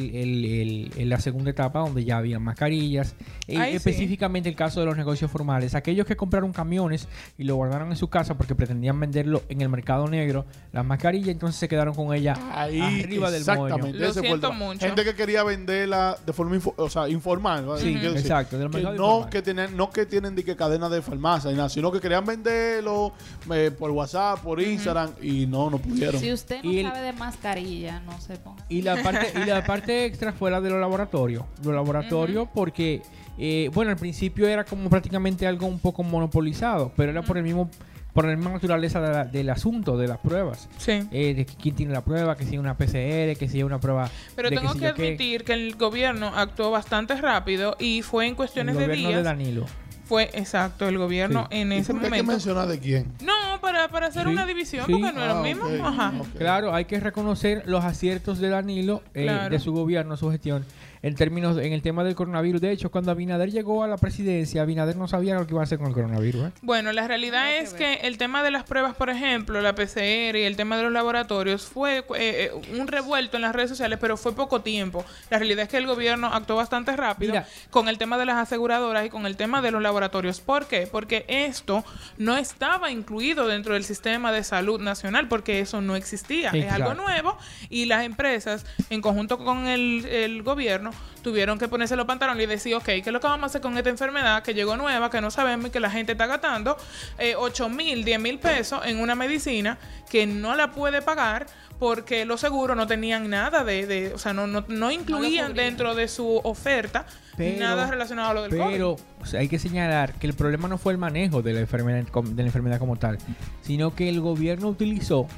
la segunda etapa, donde ya había mascarillas. Específicamente el caso de los negocios formales. Aquellos que compraron camiones y lo guardaron en su casa porque pretendían venderlo en el mercado negro, las mascarillas, entonces se quedaron con ellas arriba del moño. Exactamente. Lo siento mucho. Gente que quería venderla de forma informal. ¿Vale? Sí, exacto. Del mercado No que tienen de que cadena de farmacia, nada, sino que querían venderlo por WhatsApp, por Instagram, y no pudieron. Si usted no sabe de mascarilla, no se ponga. Y la parte extra fue la de los laboratorios. Los laboratorios porque, al principio era como prácticamente algo un poco monopolizado, pero era por la misma naturaleza del asunto, de las pruebas. Sí. De quién tiene la prueba, que si es una PCR, que si es una prueba. Pero tengo que admitir que el gobierno actuó bastante rápido y fue en cuestiones de días. El gobierno de Danilo. Fue exacto el gobierno en ese momento. ¿Hay que mencionar de quién? No, para hacer una división, porque no es lo mismo. Okay. Ajá. Okay. Claro, hay que reconocer los aciertos de Danilo, de su gobierno, su gestión, en el tema del coronavirus. De hecho, cuando Abinader llegó a la presidencia, Abinader no sabía lo que iba a hacer con el coronavirus. Bueno, la realidad es que el tema de las pruebas, por ejemplo, la PCR y el tema de los laboratorios fue un revuelto en las redes sociales, pero fue poco tiempo. La realidad es que el gobierno actuó bastante rápido con el tema de las aseguradoras y con el tema de los laboratorios. ¿Por qué? Porque esto no estaba incluido dentro del sistema de salud nacional, porque eso no existía. Exacto. Es algo nuevo y las empresas, en conjunto con el gobierno, tuvieron que ponerse los pantalones y decir, ok, ¿qué es lo que vamos a hacer con esta enfermedad que llegó nueva, que no sabemos y que la gente está gastando 8,000, 10,000 pesos en una medicina que no la puede pagar porque los seguros no tenían nada o sea, no incluían dentro de su oferta nada relacionado a lo del COVID. Pero hay que señalar que el problema no fue el manejo de la enfermedad como tal, sino que el gobierno de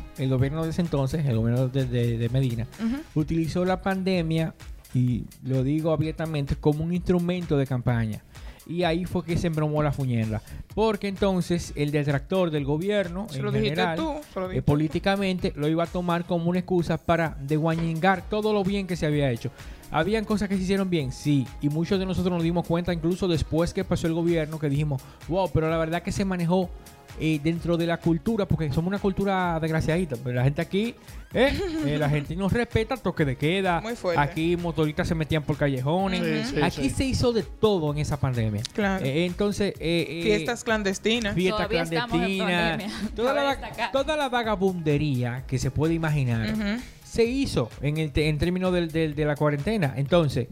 ese entonces, el gobierno de Medina, utilizó la pandemia, y lo digo abiertamente, como un instrumento de campaña. Y ahí fue que se embromó la fuñenda. Porque entonces el detractor del gobierno, en general, políticamente, lo iba a tomar como una excusa para desguañingar todo lo bien que se había hecho. ¿Habían cosas que se hicieron bien? Sí. Y muchos de nosotros nos dimos cuenta, incluso después que pasó el gobierno, que dijimos, wow, pero la verdad que se manejó dentro de la cultura, porque somos una cultura desgraciadita. Pero la gente aquí, la gente nos respeta, toque de queda. Muy fuerte. Aquí motoristas se metían por callejones. Aquí se hizo de todo en esa pandemia. Claro. Entonces, fiestas clandestinas. Fiestas clandestinas. Toda la vagabundería que se puede imaginar se hizo en términos de la cuarentena. Entonces,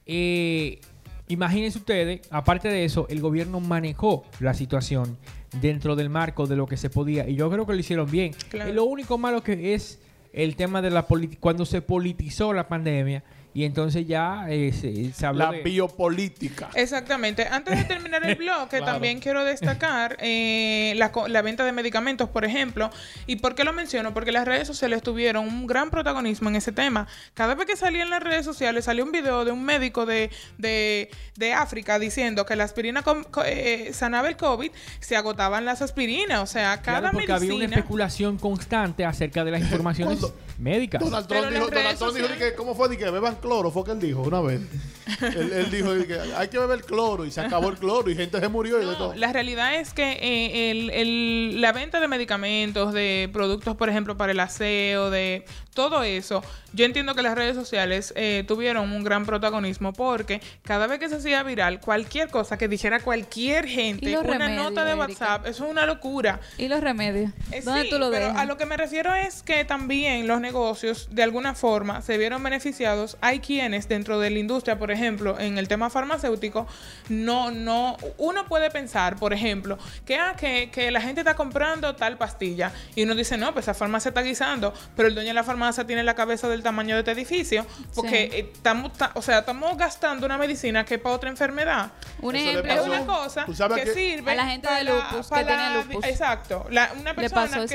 imagínense ustedes, aparte de eso, el gobierno manejó la situación dentro del marco de lo que se podía, y yo creo que lo hicieron bien. Claro. Lo único malo que es el tema de cuando se politizó la pandemia, y entonces ya se habló de biopolítica. Exactamente. Antes de terminar el bloque, también quiero destacar la venta de medicamentos, por ejemplo. ¿Y por qué lo menciono? Porque las redes sociales tuvieron un gran protagonismo en ese tema. Cada vez que salía en las redes sociales, salió un video de un médico de África diciendo que la aspirina sanaba el COVID, se agotaban las aspirinas. O sea, cada medicina... había una especulación constante acerca de las informaciones médicas. Donald Trump dijo que, ¿cómo fue? Que beban cloro, fue que él dijo una vez. él dijo que hay que beber cloro, y se acabó el cloro y gente se murió y de todo. La realidad es que la venta de medicamentos, de productos, por ejemplo, para el aseo, de todo eso, yo entiendo que las redes sociales tuvieron un gran protagonismo, porque cada vez que se hacía viral cualquier cosa que dijera cualquier gente, una nota de WhatsApp, eso es una locura. ¿Y los remedios? ¿Dónde tú lo dejas? Pero a lo que me refiero es que también los negocios de alguna forma se vieron beneficiados. Hay quienes dentro de la industria, por ejemplo, en el tema farmacéutico, uno puede pensar, por ejemplo, que la gente está comprando tal pastilla y uno dice, no, pues esa farmacia está guisando, pero el dueño de la farmacia tiene la cabeza del tamaño de este edificio, porque estamos gastando una medicina que es para otra enfermedad. Un ejemplo, es una cosa que sirve a la gente de lupus, que tiene lupus. Exacto. Una persona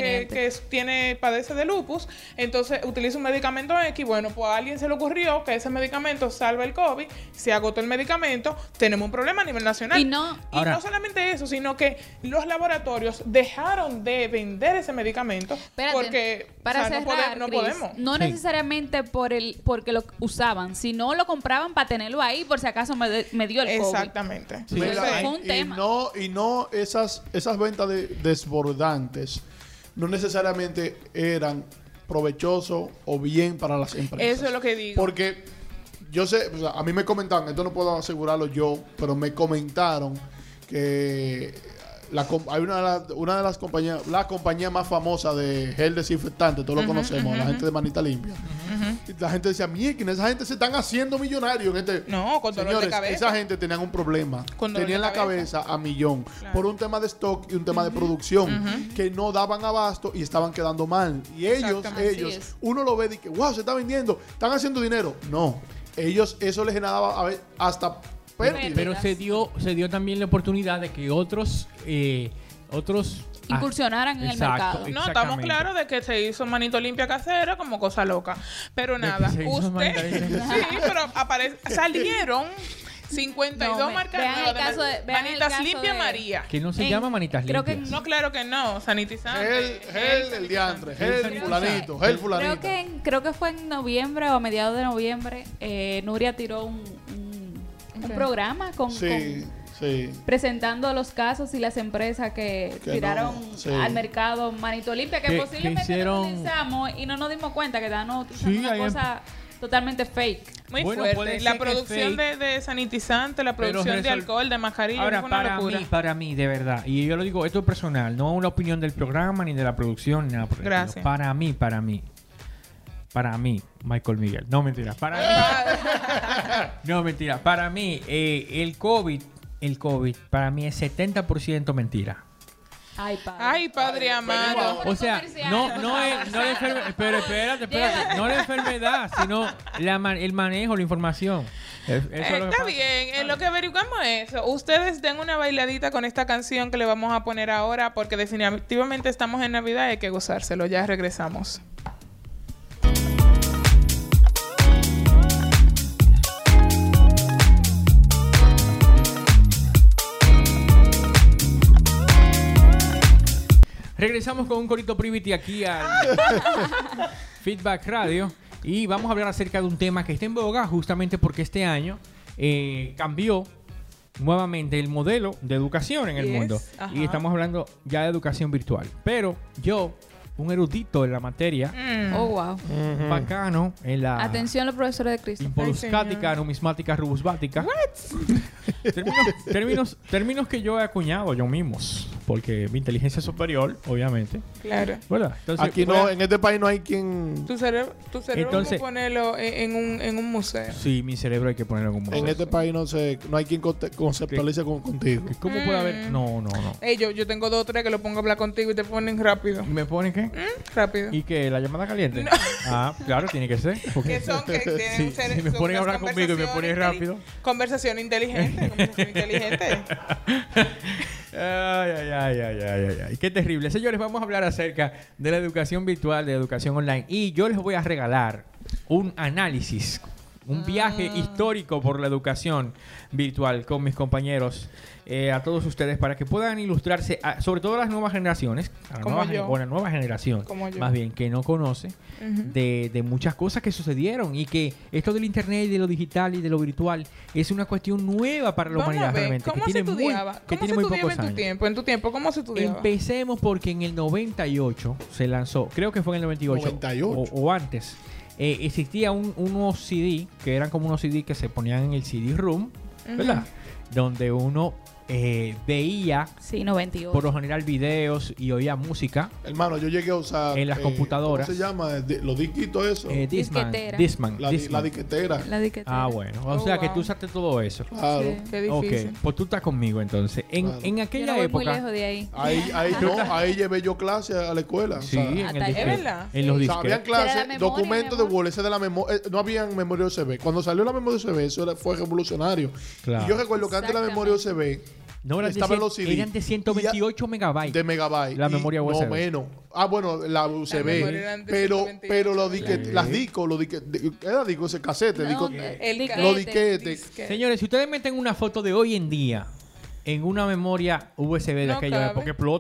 que padece de lupus, entonces utiliza un medicamento X, bueno, pues a alguien se le ocurrió que ese medicamento salva el COVID, se agotó el medicamento, tenemos un problema a nivel nacional. Y no solamente eso, sino que los laboratorios dejaron de vender ese medicamento porque no podemos. No necesariamente porque lo usaban, sino lo compraban para tenerlo ahí por si acaso me dio el COVID. Exactamente. Sí. Fue un tema. Y no esas ventas desbordantes no necesariamente eran provechoso o bien para las empresas. Eso es lo que digo. Porque yo sé, o sea, a mí me comentaron, esto no puedo asegurarlo yo, pero me comentaron que hay una de las compañías, la compañía más famosa de gel desinfectante, todos lo conocemos, la gente de Manita Limpia. Y la gente decía, mierda, esa gente se están haciendo millonarios en este. No, con dolor Señores, de cabeza. esa gente tenían un problema. Tenían la cabeza a millón. Claro. Por un tema de stock y un tema de producción que no daban abasto y estaban quedando mal. Y ellos, Así es. uno lo ve y que, wow, se está vendiendo, están haciendo dinero. No, ellos, eso les generaba a ver, hasta pérdidas. Pero se dio también la oportunidad de que otros incursionaran en el exacto, mercado. No, estamos exactamente. claros de que se hizo manito limpia casera como cosa loca. Pero De nada, que se hizo manita usted... limpia. sí, pero salieron 52 No, marcas vean nuevas el caso de- vean el Manitas caso Limpia de- María. Que no se En- llama manitas creo que limpias. No, claro que no. Sanitizante. Gel, el diantre, gel sanitizante. fulanito, gel fulanito. Creo que fue en noviembre o a mediados de noviembre, Nuria tiró un Ok. programa con Sí. presentando los casos y las empresas que Que tiraron no, sí. al mercado Manito Limpia, que Que posiblemente hicieron- no utilizamos y no nos dimos cuenta que estaban utilizando Sí, una hay cosa totalmente fake. Muy Bueno, fuerte. puede La ser que producción fake, de sanitizante, la pero producción de resol- alcohol, de mascarilla, Ahora, fue una locura. para mí, de verdad, y yo lo digo, esto es personal, no una opinión del programa, ni de la producción, ni nada por el estilo. Gracias. Para mí, Michael Miguel. No, mentira. Para mí. No, mentira. Para mí, el COVID, para mí es 70% mentira. Ay, padre. Ay, padre amado. O sea, no es la enfermedad, pero espérate, no la enfermedad, sino el manejo, la información. Eso es lo que Está pasa. bien, en lo que averiguamos eso, ustedes den una bailadita con esta canción que le vamos a poner ahora, porque definitivamente estamos en Navidad y hay que gozárselo. Ya regresamos. Regresamos con un corito privity aquí al Feedback Radio y vamos a hablar acerca de un tema que está en boga justamente porque este año cambió nuevamente el modelo de educación en el Yes, mundo. ajá. Y estamos hablando ya de educación virtual. Pero yo, un erudito en la materia, Oh, wow. bacano en la Atención los profesores de Cristo. impoluscática, Ay, numismática, rubusbática. Términos que yo he acuñado yo mismos. Porque mi inteligencia superior, obviamente. Claro. ¿Verdad? Entonces, Aquí no, en este país no hay quien. Tu cerebro Entonces- hay que ponerlo en un museo. Sí, mi cerebro hay que ponerlo en un museo. En este país no hay quien conceptualice contigo. ¿Cómo puede haber? No. Ey, yo tengo 2 o 3 que lo pongo a hablar contigo y te ponen rápido. ¿Me pone qué? Rápido. ¿Y qué? ¿La llamada caliente? Ah, claro, tiene que ser. Porque Que son que tienen Sí, un cerebro. si me son ponen a unas hablar conmigo y me ponen rápido. Conversación inteligente. Conversación inteligente. Ay. Qué terrible. Señores, vamos a hablar acerca de la educación virtual, de la educación online. Y yo les voy a regalar un análisis, un viaje histórico por la educación virtual con mis compañeros, a todos ustedes, para que puedan ilustrarse, sobre todo las nuevas generaciones, Como yo. o la nueva generación, Como yo. más bien, que no conoce de muchas cosas que sucedieron y que esto del internet y de lo digital y de lo virtual es una cuestión nueva para la Vamos humanidad a ver, realmente, que ¿cómo se tiene estudiaba? que ¿Cómo tiene se muy estudiaba pocos en tu años. tiempo? En tu tiempo, ¿cómo se estudiaba? Empecemos porque en el 98 se lanzó, creo que fue en el 98, 98. O antes, existía unos CD, que eran como unos CD que se ponían en el CD-room, ¿verdad? Donde uno veía Sí, 98. por lo general videos y oía música. Hermano, yo llegué a usar. En las computadoras. ¿Cómo se llama? Los disquitos, eso. Discman. La diquetera. La diquetera. Ah, bueno. O Oh, sea que wow. tú usaste todo eso. Claro. Sí. Qué Ok, difícil. pues tú estás conmigo entonces. Claro. En Yo aquella no voy muy época. lejos de ahí. Ahí llevé yo clase a la escuela. Sí, o sea, en el Hasta ahí. disquete, ¿Es verdad? en los o sea, habían disquetes. Era la clases, memoria, documentos mi de Word, ese de la memoria, no habían memoria USB. Cuando salió la memoria USB, fue revolucionario. Claro. Y yo recuerdo que antes la memoria USB No eran de, estaban los CD. eran de 128 megabytes. de megabyte. La y memoria USB. No menos. Ah, bueno, la USB. memoria eran de pero 128. pero los Sí. disquetes, las discos, era disco ese casete, No, disco, El disquete. los disquetes. disquete. Señores, si ustedes meten una foto de hoy en día en una memoria USB de No aquella cabe. época, explota.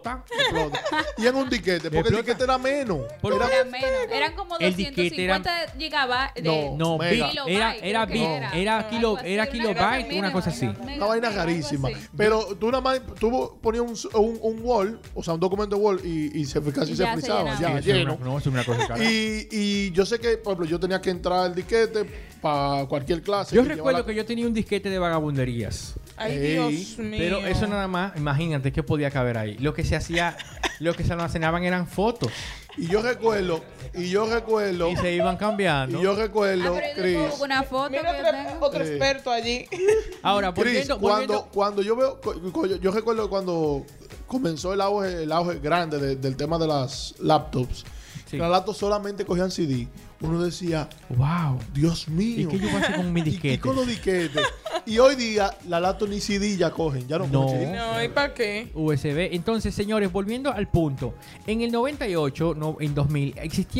explota. Y en un disquete, porque el disquete era menos. Era menos. Eran como El disquete 250 gigabytes de No, mega. era kilobyte, una cosa así. Una vaina carísima. Pero tú nada más ponías un Word, o sea, un documento Word y casi se Ya se frizaba. llenaba. Ya, lleno. No, es una cosa cara. Y yo sé que, por ejemplo, yo tenía que entrar al disquete para cualquier clase. Yo y recuerdo llevar que yo tenía un disquete de vagabunderías. Ay, Ey, Dios mío. Pero eso nada más, imagínate qué podía caber ahí. Lo que se hacía, lo que se almacenaban eran fotos Y yo recuerdo, y se iban cambiando. y yo recuerdo, pero yo Chris, tengo una foto Mira que otro, tengo. otro experto allí. Ahora, Chris, volviendo, cuando yo veo, yo recuerdo cuando comenzó el auge grande del tema de las laptops, Sí. las laptops solamente cogían CD. Uno decía, wow. Dios mío. ¿Y qué yo voy a hacer con mi Y disquete? con los disquetes. Y hoy día, la laptop ni CD ya cogen. Ya no No. cogen CD. No, ¿y para qué? USB. Entonces, señores, volviendo al punto. En el 98, en 2000, existía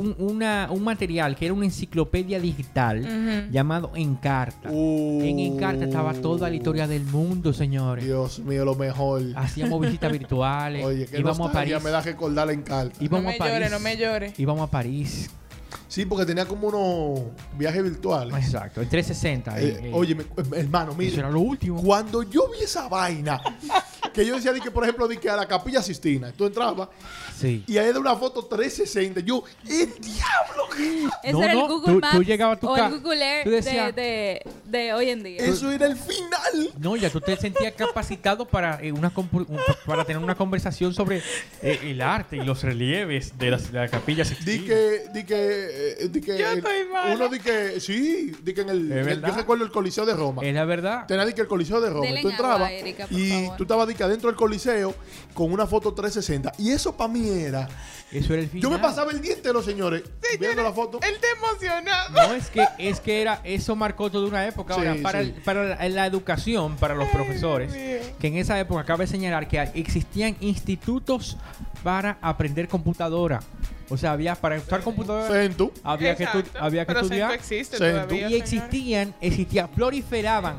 un material que era una enciclopedia digital llamado Encarta. En Encarta estaba toda la historia del mundo, señores. Dios mío, lo mejor. Hacíamos visitas virtuales. Oye, que íbamos a París. me da recordar en carta. No Íbamos me a París. llore, no me llore. Íbamos a París. Sí, porque tenía como unos viajes virtuales. Exacto, en 360. Oye, hermano, eso mire. era lo último. Cuando yo vi esa vaina, que yo decía, de que, por ejemplo, de que a la Capilla Sistina, tú entrabas Sí. y ahí era una foto 360. Yo, ¡el diablo! Ese No, era el no, Google tú Maps llegabas a tu o ca- el Google Earth tú decías- de hoy en día. Eso era el final. No, ya tú te sentías capacitado para, para tener una conversación sobre el arte y los relieves de la capilla Sixtina. Di que Yo estoy mala. uno di que, sí, di que en el, ¿Es verdad? yo recuerdo el Coliseo de Roma. Es la verdad. Tenía di que el Coliseo de Roma. Dele Tú en entrabas agua, Erika, por y favor. tú estabas di que adentro del Coliseo con una foto 360. Y eso para mí era. Eso era el final. Yo me pasaba el día entero, señores, viendo la foto. Él está emocionado. No, es que era, eso marcó toda una época. Ahora, Sí, sí. para la educación, para los profesores, que en esa época cabe señalar que existían institutos para aprender computadora. O sea, había para usar computadora Centu. había que Exacto. había que Pero estudiar. Centro existe Centro. todavía, Y señores. existían, proliferaban.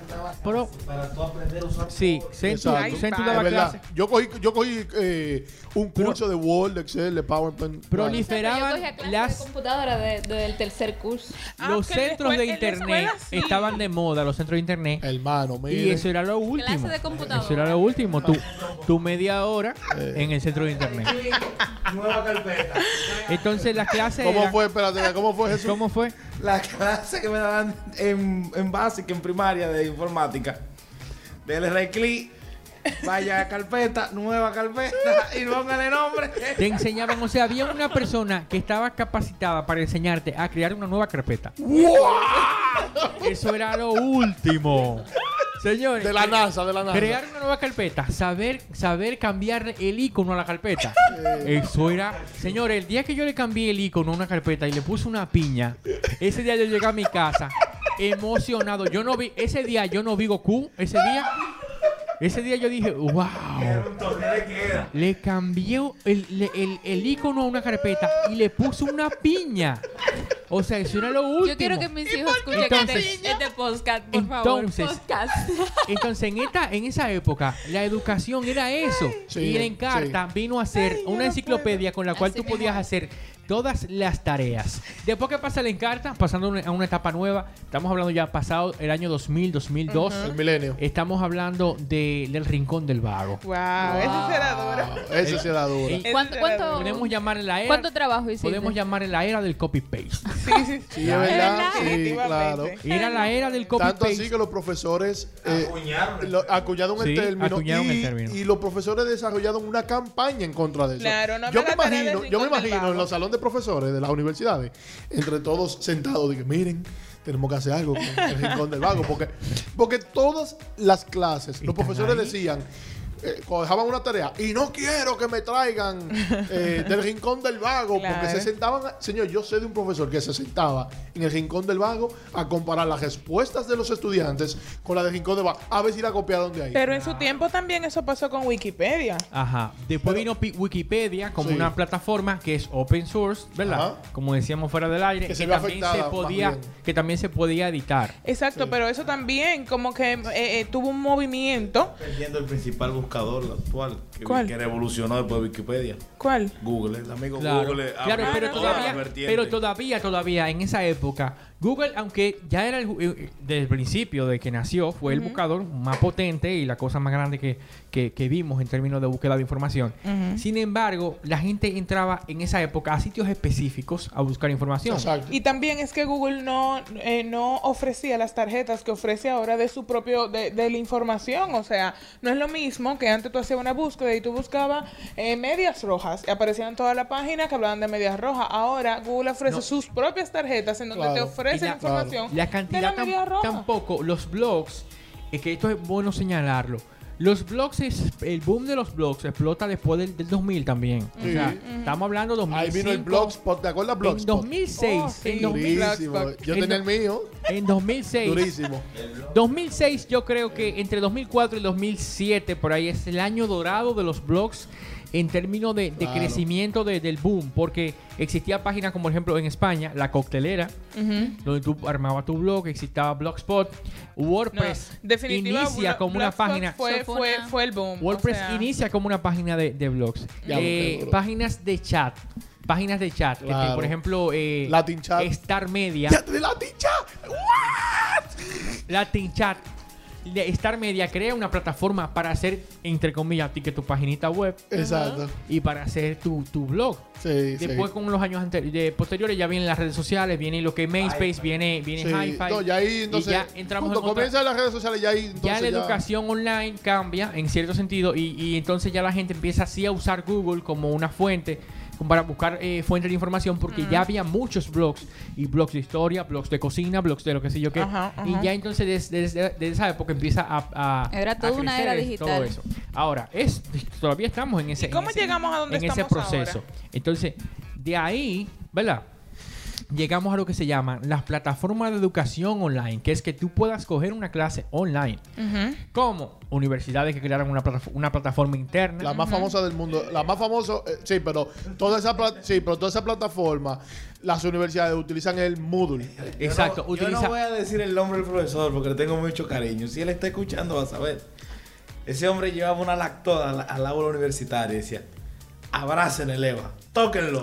Para tú aprender a usar. Sí, Centro Exacto. daba Es verdad. clases. Yo cogí un curso de Word, de Excel, de PowerPoint. Proliferaban Yo cogía clases las de computadora del tercer curso. los que en la centros de escuela- en la internet escuela sí. estaban de moda, los centros de internet. Hermano, Y mire. eso era lo último. Clase de computadora. Eso era lo último. Tú media hora en el centro de internet. Nueva carpeta. Entonces las clases ¿Cómo eran- fue? Espérate, ¿cómo fue Jesús? ¿Cómo fue? La clase que me daban en básica, en primaria de informática. Dele right click, vaya a carpeta, nueva carpeta y póngale nombre. Te enseñaban, o sea, había una persona que estaba capacitada para enseñarte a crear una nueva carpeta. Eso era lo último. Señores, De la NASA, de la NASA. crear una nueva carpeta, saber cambiar el icono a la carpeta. Eso era, señores, el día que yo le cambié el icono a una carpeta y le puse una piña, ese día yo llegué a mi casa emocionado. Ese día yo no vi Goku, ese día yo dije, wow. Le cambié el icono a una carpeta y le puse una piña. O sea, eso era lo último. Yo quiero que mis hijos escuchen Entonces- este podcast, por favor. Entonces- Podcast. Entonces, en esa época, la educación era eso. Sí, y el Encarta vino a ser una enciclopedia con la cual Así tú podías mismo. hacer todas las tareas. Después que pasa el Encarta, pasando a una etapa nueva, estamos hablando ya pasado el año 2000, 2002. El milenio. Estamos hablando del Rincón del Vago. Wow, ese será duro. Ese será duro. Eh, ¿Cuánto Podemos llamar en la era. ¿Cuánto trabajo hiciste? Podemos llamar en la era del copy-paste. Sí, sí, Sí, es verdad. verdad. Sí, claro. Definitivamente. Era la era del Tanto copy-paste. así que los profesores Acuñaron. acuñaron Sí, el término, acuñaron el término. y los profesores desarrollaron una campaña en contra de eso. Claro, no yo me me la tarea del imagino, Rincón del Vago. en los salones de profesores de las universidades, entre todos sentados, dije, miren, tenemos que hacer algo con el Rincón del Vago, porque todas las clases, los Están profesores ahí. decían, dejaban una tarea y no quiero que me traigan del Rincón del Vago, porque Claro. se sentaban, señor, yo sé de un profesor que se sentaba en el Rincón del Vago a comparar las respuestas de los estudiantes con las del Rincón del Vago, a ver si la copiaban de ahí. Pero en su tiempo también eso pasó con Wikipedia. Ajá. Después vino Wikipedia como Sí. una plataforma que es open source, ¿verdad? Ajá. Como decíamos fuera del aire, Que se ve afectada que también se podía editar. Exacto, pero eso también como que tuvo un movimiento. Perdiendo el principal buscador buscador actual ¿Cuál? que revolucionó después de Wikipedia. ¿Cuál? Google, el amigo Claro, Google. claro, abrió pero toda la todavía, vertiente. en esa época, Google, aunque ya era desde el principio de que nació, fue el buscador más potente y la cosa más grande que vimos en términos de búsqueda de información. Sin embargo, la gente entraba en esa época a sitios específicos a buscar información. Exacto. Y también es que Google no ofrecía las tarjetas que ofrece ahora de su propio, de la información. O sea, no es lo mismo que antes tú hacías una búsqueda y tú buscabas medias rojas y aparecían toda la página que hablaban de medias rojas. Ahora Google ofrece sus propias tarjetas en donde te ofrece la información La de cantidad la media roja. tampoco, los blogs, es que esto es bueno señalarlo. Los blogs, el boom de los blogs explota después del 2000 también. O sea, estamos hablando de 2005. Ahí vino el Blogspot, ¿te acuerdas En Blogspot? 2006. Oh, sí. En 2000, Durísimo. Yo tenía el mío. en 2006. Durísimo. 2006 yo creo que entre 2004 y 2007 por ahí es el año dorado de los blogs en términos de Claro. crecimiento del boom, porque existía páginas como por ejemplo en España, La Coctelera, donde tú armabas tu blog, existía Blogspot, WordPress Definitiva, inicia como una Blogspot página, fue el boom. WordPress o sea, inicia como una página de blogs. Ya, seguro. Páginas de chat. Páginas de chat, que Claro. por ejemplo Latin Chat. Star Media. ¡Ya de Latin Chat! Latin Chat. Star Media crea una plataforma para hacer, entre comillas, que tu paginita web Exacto. y para hacer tu blog. Sí, Después, con los años posteriores, ya vienen las redes sociales, viene lo que es MySpace, viene sí. Hi-Fi. No, ya ahí, entonces, y ya entramos cuando en otra- comienzan las redes sociales, ya ahí, entonces ya la educación online cambia en cierto sentido y entonces ya la gente empieza así a usar Google como una fuente para buscar fuentes de información porque ya había muchos blogs y blogs de historia, blogs de cocina, blogs de lo que sé yo qué. Ajá, ajá. Y ya entonces desde esa época empieza a Era toda una crecer era todo digital. eso. Ahora, todavía estamos en ese ¿Y cómo llegamos a donde en ese estamos proceso. ahora? Entonces, de ahí, ¿verdad? Llegamos a lo que se llaman las plataformas de educación online, que es que tú puedas coger una clase online. Como universidades que crearon una plataforma interna. La más famosa del mundo. La más famosa, sí, pero toda esa plataforma, las universidades utilizan el Moodle. Exacto. Yo no voy a decir el nombre del profesor porque le tengo mucho cariño. Si él está escuchando, va a saber. Ese hombre llevaba una lactoda al aula universitaria y decía: abracen el EVA, tóquenlo.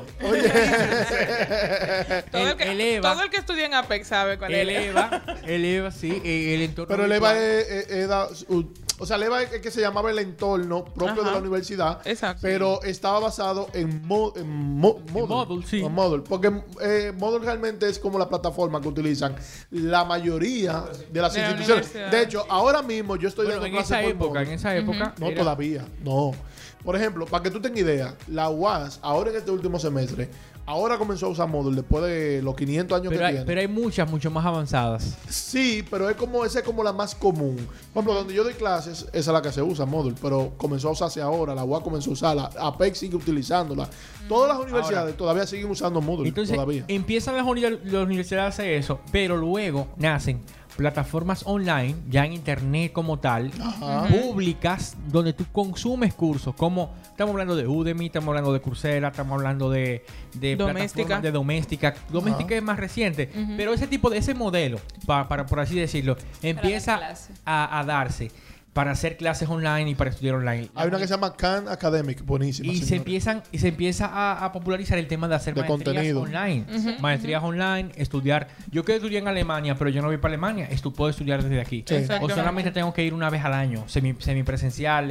Todo el que estudia en APEC sabe cuál es El EVA, sí, el entorno. Pero el EVA virtual. o sea, el EVA es que se llamaba el entorno propio Ajá. de la universidad. Exacto. Pero estaba basado en Moodle. Moodle, sí. En Moodle. Porque Moodle realmente es como la plataforma que utilizan la mayoría de las De la instituciones. universidad. De hecho, ahora mismo yo estoy Bueno, dando en clases esa por época, Moodle. No, era- todavía. No. Por ejemplo, para que tú tengas idea, la UAS, ahora en este último semestre, ahora comenzó a usar Moodle después de los 500 años que tiene. Pero hay muchas, mucho más avanzadas. Sí, pero esa es como la más común. Por ejemplo, donde yo doy clases, esa es la que se usa, Moodle, pero comenzó a usarse ahora, la UAS comenzó a usarla, APEC sigue utilizándola. Todas las universidades todavía siguen usando Moodle, Entonces, todavía. empiezan las universidades a hacer eso, pero luego nacen plataformas online, ya en internet como tal, Ajá. públicas, donde tú consumes cursos, como estamos hablando de Udemy, estamos hablando de Coursera, estamos hablando de Doméstica. plataformas de Doméstica. Doméstica es más reciente, pero ese modelo, para por así decirlo, empieza clase. a darse para hacer clases online y para estudiar online. Hay una que se llama Khan Academic, buenísima. Y se empieza a popularizar el tema de hacer De maestrías contenido. online. Maestrías online, estudiar. Yo quiero estudiar en Alemania, pero yo no voy para Alemania. Puedo estudiar desde aquí. Sí. O Exactamente. solamente tengo que ir una vez al año, semipresencial,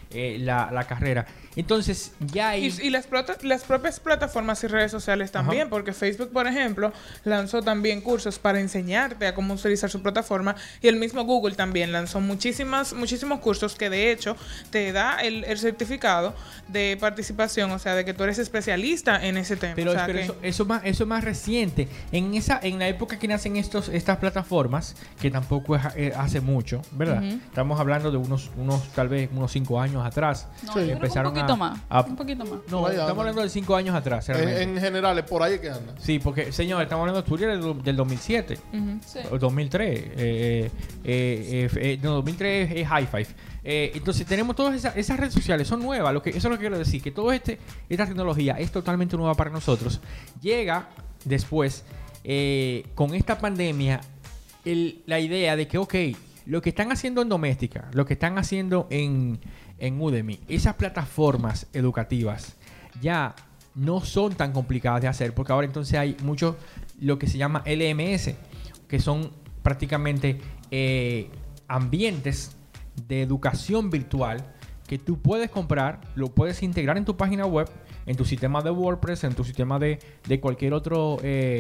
la carrera. Entonces, ya hay... Y las propias plataformas y redes sociales también, Ajá. porque Facebook, por ejemplo, lanzó también cursos para enseñarte a cómo utilizar su plataforma, y el mismo Google también lanzó muchísimos cursos que de hecho te da el certificado de participación, o sea, de que tú eres especialista en ese tema. Pero, o sea, pero que- eso es más reciente. En la época que nacen estas plataformas, que tampoco es hace mucho, ¿verdad? Estamos hablando de tal vez unos 5 años atrás. No, Sí. yo creo que Empezaron un poquito a- más. a- Un poquito más. No, Por ahí estamos andan. hablando de 5 años atrás, realmente. En general, es por ahí que anda. Sí, porque, señor, estamos hablando de Twitter del 2007. Sí. O 2003. No, 2003 es High Five. Entonces, tenemos todas esas redes sociales, son nuevas. Eso es lo que quiero decir, que toda esta tecnología es totalmente nueva para nosotros. Llega después, con esta pandemia, la idea de que, ok, lo que están haciendo en doméstica, lo que están haciendo en en Udemy. Esas plataformas educativas ya no son tan complicadas de hacer, porque ahora entonces hay mucho lo que se llama LMS, que son prácticamente ambientes de educación virtual que tú puedes comprar, lo puedes integrar en tu página web, en tu sistema de WordPress, en tu sistema de cualquier otro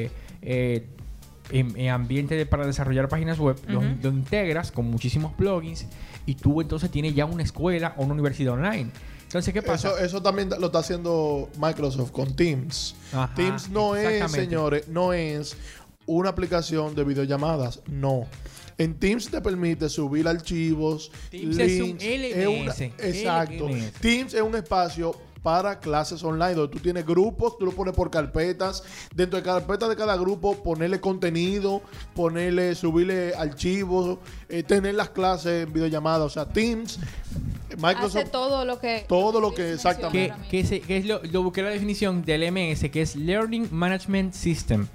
ambiente para desarrollar páginas web. Lo integras con muchísimos plugins y tú entonces tienes ya una escuela o una universidad online. Entonces, ¿qué pasa? Eso también lo está haciendo Microsoft con Teams. Ajá, Teams no es, señores, no es una aplicación de videollamadas. No. En Teams te permite subir archivos, Teams links. es un LMS. Exacto. LMS. Teams es un espacio para clases online donde tú tienes grupos, tú lo pones por carpetas. Dentro de carpetas de cada grupo, ponerle contenido, subirle archivos, tener las clases en videollamadas. O sea, Teams, Microsoft hace todo lo que exactamente. Que es lo busqué la definición del LMS, que es Learning Management System.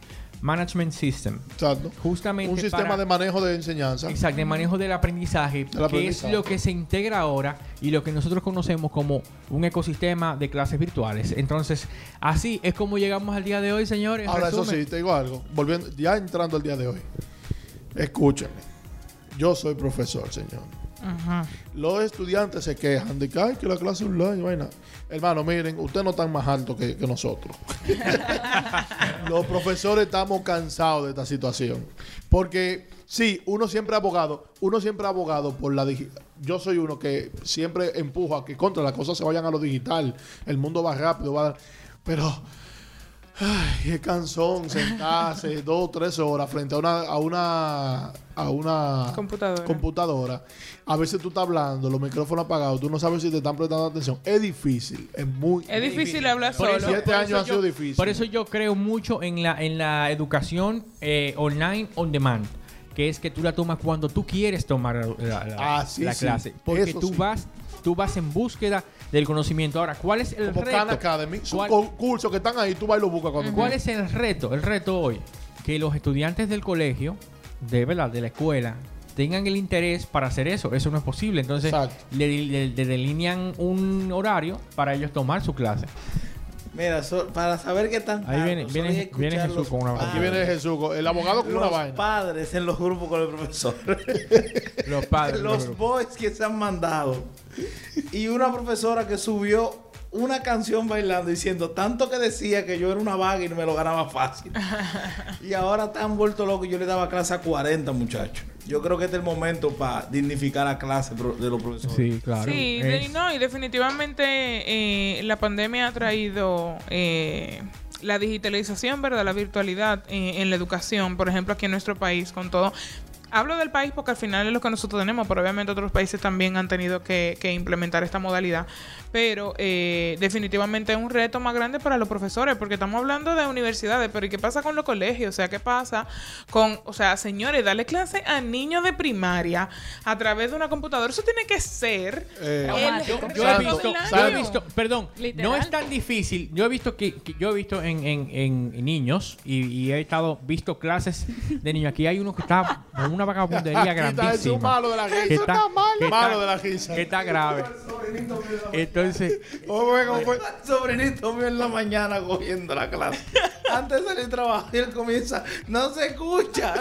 Exacto. Justamente un sistema de manejo de enseñanza. Exacto, de manejo del aprendizaje, que es lo que se integra ahora y lo que nosotros conocemos como un ecosistema de clases virtuales. Entonces, así es como llegamos al día de hoy, señores. Ahora, eso sí, te digo algo. Volviendo, ya entrando al día de hoy. Escúchame. Yo soy profesor, señor. Ajá. Los estudiantes se quejan de que, ay, que la clase online, vaina. Hermano, miren, ustedes no están más altos que nosotros. Los profesores estamos cansados de esta situación. Porque, sí, uno siempre ha abogado por la digital. Yo soy uno que siempre empujo a que contra las cosas se vayan a lo digital. El mundo va rápido, pero... Ay, es cansón sentarse 2 o 3 horas frente a una computadora. A veces tú estás hablando, los micrófonos apagados, tú no sabes si te están prestando atención. Es difícil, es difícil hablar Por solo. eso- 7 años ha sido difícil. Por eso yo creo mucho en la educación online on demand, que es que tú la tomas cuando tú quieres tomar la Sí. clase. Porque Eso tú vas en búsqueda del conocimiento. Ahora, ¿cuál es el Como reto? Khan Academy. Son ¿Cuál- cursos que están ahí, tú vas y los buscas cuando ¿Cuál es el reto? El reto hoy, que los estudiantes del colegio, de la escuela, tengan el interés para hacer eso. Eso no es posible. Entonces, Exacto. le delinean un horario para ellos tomar su clase. Mira, para saber qué tan Ahí viene Jesús con una Aquí viene Jesús, el abogado con una los vaina. padres en los grupos con el profesor. Los padres. Los boys que se han mandado. Y una profesora que subió una canción bailando diciendo tanto que decía que yo era una vaga y me lo ganaba fácil. Y ahora están vuelto locos. Yo le daba clase a 40 muchachos. Yo creo que este es el momento para dignificar la clase de los profesores. Sí, claro. Sí, y definitivamente la pandemia ha traído la digitalización, ¿verdad? La virtualidad en la educación, por ejemplo, aquí en nuestro país, con todo. Hablo del país porque al final es lo que nosotros tenemos, pero obviamente otros países también han tenido que implementar esta modalidad. Pero definitivamente es un reto más grande para los profesores, porque estamos hablando de universidades, pero ¿y qué pasa con los colegios? O sea, ¿qué pasa con, señores, darle clase a niños de primaria a través de una computadora? Eso tiene que ser Yo he visto, perdón, Literal. no es tan difícil. Yo he visto en niños y he visto clases de niños. Aquí hay uno que está con una vagabundería Aquí está grandísima. Jesús malo de la Que risa. está- que está- Malo de la risa. que está grave. Entonces, ¿Cómo fue? El sobrinito mío en la mañana cogiendo la clase. Antes de salir a trabajar, y él comienza, no se escucha.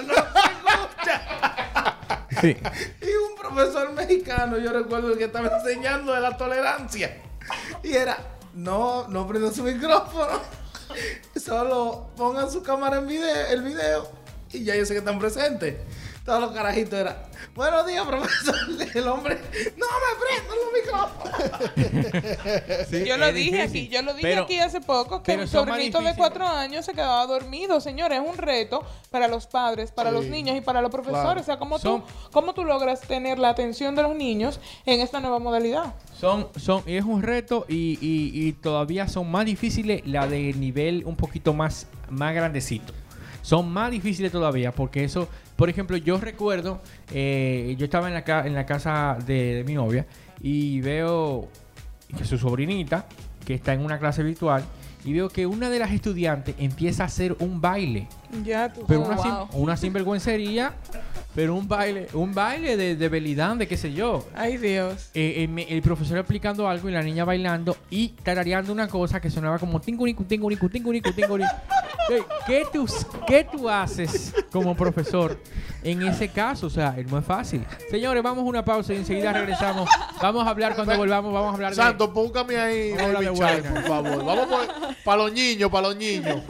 sí. Y un profesor mexicano, yo recuerdo que estaba enseñando de la tolerancia. Y era, no prendan su micrófono. Solo pongan su cámara el video. Y ya yo sé que están presentes. Todos los carajitos eran, buenos días, profesor. El hombre, no me prendan los micrófonos. Sí, Yo lo es dije difícil. aquí, Pero- aquí hace poco que pero un son más sobrinito de difíciles. 4 años se quedaba dormido, señores. Es un reto para los padres, para los niños y para los profesores. Claro. O sea, Son- ¿cómo tú logras tener la atención de los niños en esta nueva modalidad? Es un reto y todavía son más difíciles la de nivel un poquito más grandecito. Son más difíciles todavía porque eso, por ejemplo, yo recuerdo, yo estaba en la casa de mi novia y veo que su sobrinita, que está en una clase virtual, y veo que una de las estudiantes empieza a hacer un baile. Ya tú. Pero Oh, wow. una sinvergüencería, Pero un baile de belidán, de qué sé yo. Ay, Dios. El profesor explicando algo y la niña bailando y tarareando una cosa que sonaba como tingunicu, tingunicu, tingunicu, tingunicu. ¿Qué tú haces como profesor en ese caso? O sea, no es fácil. Señores, vamos a una pausa y enseguida regresamos. Vamos a hablar cuando volvamos, vamos a hablar de... Santo, póngame ahí, Vamos a hablar de Baby Shark, Wayne. por favor. Vamos para los niños, para los niños.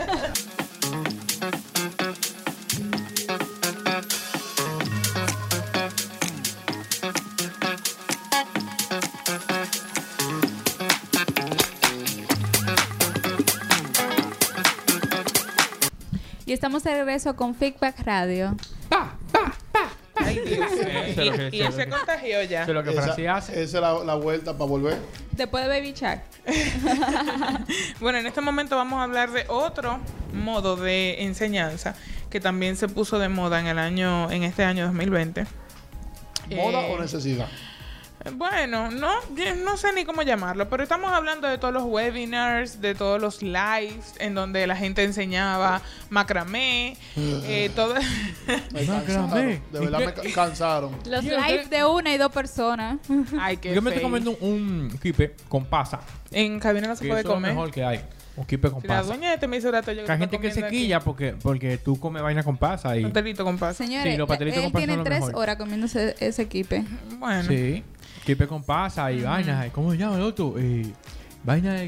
Y estamos de regreso con Feedback Radio. Ay, Dios. Eso es lo que- Y él se contagió ya. Eso es lo que Francis hace. Esa es la vuelta para volver. Después de Baby Shark. Bueno, en este momento vamos a hablar de otro modo de enseñanza que también se puso de moda en este año 2020. ¿Moda o necesidad? Bueno, no sé ni cómo llamarlo, pero estamos hablando de todos los webinars, de todos los lives en donde la gente enseñaba macramé, todo. Me cansaron. Macramé. De verdad me cansaron. Los Sí, live ok. de 1 y 2 personas. Ay, qué Yo me estoy feo. comiendo un kipe con pasa. En cabina no se Que puede eso es lo comer. mejor que hay. Un kipe con Si la pasa. dueña de este me hizo rato yo Que hay gente que se quilla porque tú comes vaina con pasa y... Pastelito con pasa. Señores, Sí, los pastelitos él con pan son tiene lo 3 mejor. horas comiéndose ese equipe. Bueno. Sí. Kipe con pasa y vainas. ¿Cómo se llama el otro? Vainas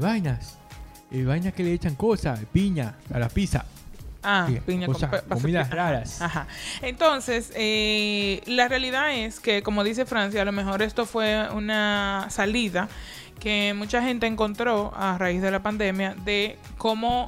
que le echan cosas. Piña a la pizza. Ah, Sí, piña con cosas, comidas raras. Ajá. Entonces, la realidad es que, como dice Francia, a lo mejor esto fue una salida que mucha gente encontró a raíz de la pandemia de cómo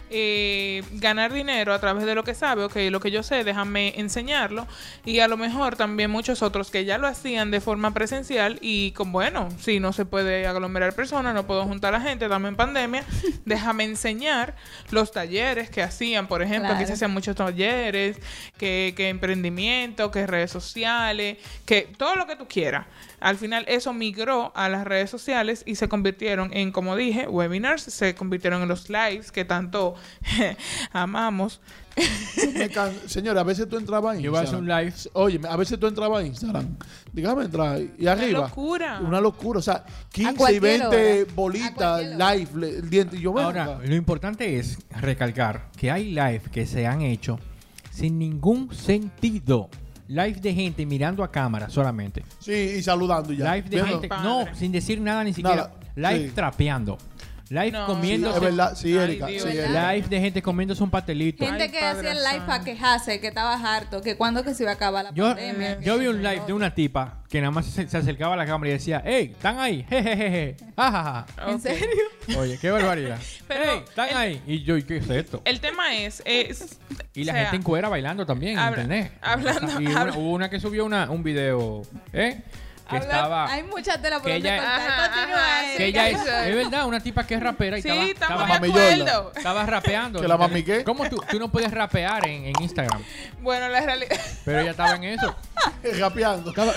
ganar dinero a través de lo que sabe. Ok, lo que yo sé, déjame enseñarlo. Y a lo mejor también muchos otros que ya lo hacían de forma presencial y bueno, si no se puede aglomerar personas, no puedo juntar a la gente, estamos en pandemia, déjame enseñar los talleres que hacían, por ejemplo, Claro. que se hacían muchos talleres, que emprendimiento, que redes sociales, que todo lo que tú quieras. Al final eso migró a las redes sociales y se convirtieron en, como dije, webinars, se convirtieron en los lives que tanto amamos. Señora, a veces tú entrabas a Yo voy a hacer un Instagram. live. Oye, a veces tú entrabas a Instagram. Dígame entrar. Y arriba. locura. Una locura. O sea, 15 y cualquier 20 hora. A bolitas cualquier hora. live. El diente. Y yo, ven Ahora, acá. lo importante es recalcar que hay live que se han hecho sin ningún sentido. Live de gente mirando a cámara solamente. Sí, y saludando y ya. Live de Viendo. gente, Padre. no, sin decir nada ni siquiera. Nada, Live sí. trapeando. Live No. Sí, comiéndose. es verdad. Sí, Ay, Erika. Dios. Sí, ¿Verdad? Erika. Live de gente comiéndose un pastelito. Gente Ay, que Padre hacía el live santo. para quejarse, que estaba harto, que cuando que se iba a acabar la Yo, pandemia. yo vi un live de una tipa que nada más se acercaba a la cámara y decía, hey, ¿están ahí? Jejejeje. Jajaja. ¿En Ok. serio? Oye, qué barbaridad. Pero hey, ¿están ahí? Y yo, ¿y qué es esto? El tema es Y la o sea, gente en cuera bailando también en habla- internet. hablando- Y hubo una que subió un video, que estaba... Hay mucha tela por que donde ella- cortar. Ajá, Continúa, ajá, Erika. Que ella es Sí. verdad, una tipa que es rapera y sí, estaba, estamos de Mami acuerdo. estaba rapeando. ¿Que la mami qué? ¿Cómo tú no puedes rapear en Instagram? Bueno, la realidad... Pero ella estaba en eso. Rapeando. Estaba...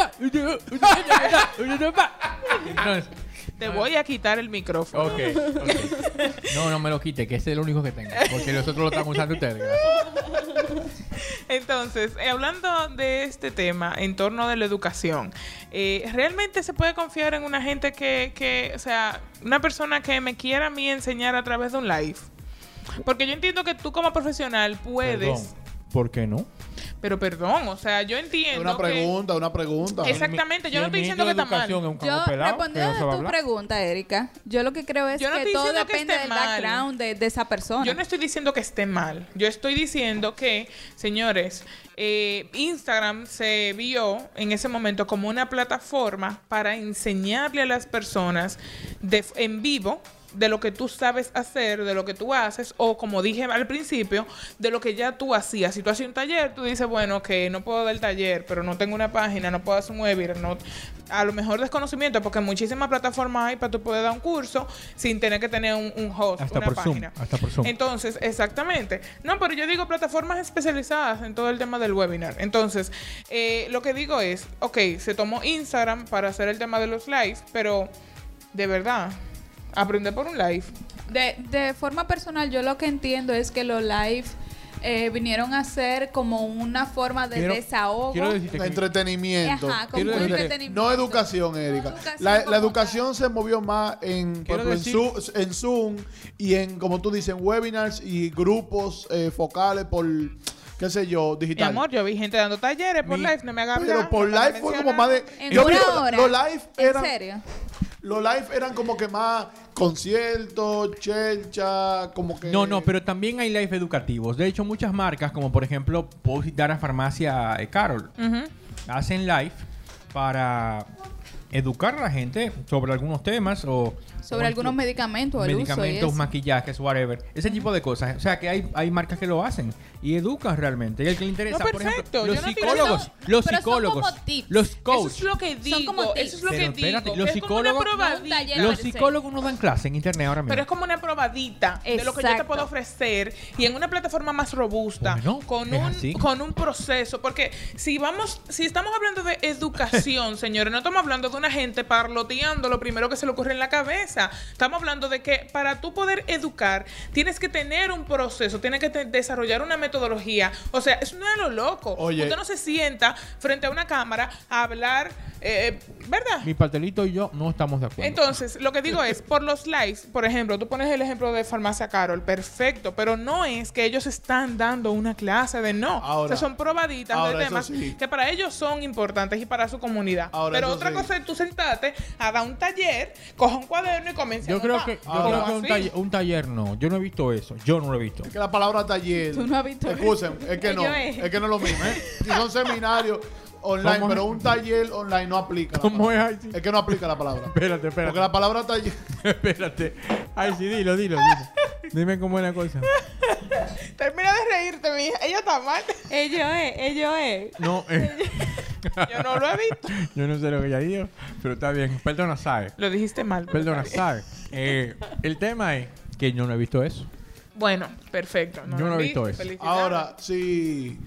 Entonces, Te voy a quitar el micrófono. ok. No me lo quite, que ese es el único que tengo. Porque los otros lo están usando ustedes. Gracias. Entonces, hablando de este tema en torno de la educación, ¿realmente se puede confiar en una gente o sea, una persona que me quiera a mí enseñar a través de un live? Porque yo entiendo que tú como profesional puedes, Perdón, ¿por qué no? pero perdón, o sea, yo entiendo Una pregunta, una pregunta. Exactamente, yo no estoy Si el diciendo que ministro está de mal. Educación es un Yo, cabo pelado, que respondiendo no se va a a tu hablar. pregunta, Erika, yo lo que creo es Yo no que estoy todo diciendo que depende esté del mal. background de esa persona. Yo no estoy diciendo que esté mal. Yo estoy diciendo que, señores, Instagram se vio en ese momento como una plataforma para enseñarle a las personas en vivo de lo que tú sabes hacer, de lo que tú haces, o como dije al principio, de lo que ya tú hacías. Si tú haces un taller, tú dices, bueno, que no puedo dar el taller, pero no tengo una página, no puedo hacer un webinar, no, a lo mejor desconocimiento, porque muchísimas plataformas hay para tú poder dar un curso sin tener que tener un host, Hasta una por Zoom, página. hasta por Zoom. Entonces, exactamente. No, pero yo digo plataformas especializadas en todo el tema del webinar. Entonces, lo que digo es, ok, se tomó Instagram para hacer el tema de los live, pero de verdad, aprender por un live. De forma personal, yo lo que entiendo es que los live vinieron a ser como una forma de desahogo. Quiero decirte que Entretenimiento. Ajá, como un Quiero decir- entretenimiento. No educación, Erika. No educación La como educación tal. se movió más en, por Quiero ejemplo, decir- en Zoom y en, como tú dices, en webinars y grupos focales por, qué sé yo, Mi digital. amor, yo vi gente dando talleres por live, no me hagas Pero hablar, por no me live fue mencionas. como más de... En yo vi una hora. los live ¿En eran... serio? Los live eran como que más conciertos, chelcha, como que... No, pero también hay live educativos. De hecho, muchas marcas, como por ejemplo, puedo citar a Farmacia Carol, Ujú. hacen live para educar a la gente sobre algunos temas o Sobre algunos medicamentos, el uso y medicamentos, eso. maquillajes, whatever. Ese tipo de cosas. O sea, que hay marcas que lo hacen y educan realmente. Y el que le interesa, No, por ejemplo, perfecto. los Yo no estoy psicólogos, diciendo- los pero son psicólogos, como tips. los Eso coaches. es lo que digo. como tips. Eso es lo Pero que espérate, digo. los que es como una psicólogos- probadita. No un taller. Los per se. psicólogos no dan clase en internet ahora mismo. Pero es como una probadita de lo que yo te Exacto. puedo ofrecer y en una plataforma más robusta, Bueno, es así. con un proceso. Porque si estamos hablando de educación, señores, no estamos hablando de una gente parloteando lo primero que se le ocurre en la cabeza. Estamos hablando de que para tú poder educar, tienes que tener un proceso, tienes que desarrollar una metodología. O sea, eso no es lo loco. Oye. Usted no se sienta frente a una cámara a hablar, ¿verdad? Mi pastelito y yo no estamos de acuerdo. Entonces, lo que digo es, por los lives, por ejemplo, tú pones el ejemplo de Farmacia Carol, perfecto, pero no es que ellos están dando una clase de no. Ahora- o sea, son probaditas ahora, de eso temas sí. que para ellos son importantes y para su comunidad. Ahora, pero eso otra sí. cosa es tú sentarte a dar un taller, coja un cuaderno y comienza yo a creo anotar. que, ¿Cómo así? un taller no. Yo no he visto eso. Yo no lo he visto. Es que la palabra taller... Tú no has visto eso. Excusen, es que no. Yo es. Es que no es lo mismo, ¿eh? Si son seminarios online, ¿Cómo? pero un taller online no aplica la ¿Cómo palabra. es? Ay, sí. Es que no aplica la palabra. Espérate. Porque la palabra taller... Espérate. Ay, sí, dilo. Dime cómo es la cosa. Termina de reírte, mi hija. Ella está mal. Ello es. No, Yo no lo he visto. yo no sé lo que ella dijo, pero está bien. Perdona, sabe. Lo dijiste mal. pero Perdona, está bien. sabe. El tema es que yo no he visto eso. Bueno, perfecto. Yo no lo he visto eso. Felicidades. Ahora, sí...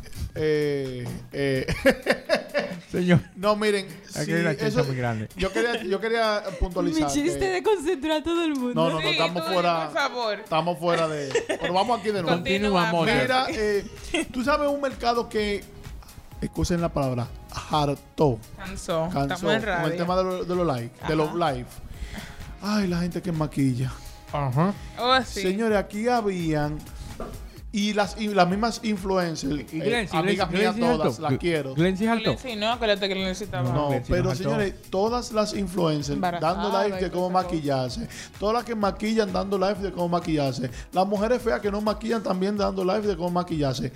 Señor. no, miren, Aquí sí, hay una chelcha eso- muy grande. yo quería puntualizar. que- concentrar a todo el mundo. No, Sí, estamos tú, fuera. por favor. Estamos fuera de. Pero vamos aquí de nuevo. Continuamos. Mira, tú sabes un mercado que, excusen la palabra, hartó, Cansó. cansó Estamos en radio. con el tema de los live, de los live. Ay, la gente que maquilla. Ajá. Oh, sí. Señores, aquí habían y las mismas influencers, Y Glency, amigas Glency mías es todas, alto. las quiero. Glency es alto. Sí, no, acuérdate que lo necesitaba. No, Glency pero nos faltó. señores, todas las influencers Embarazada dando live y de cómo toda esa maquillarse, todas las que maquillan dando live de cómo maquillarse, las mujeres feas que no maquillan también dando live de cómo maquillarse.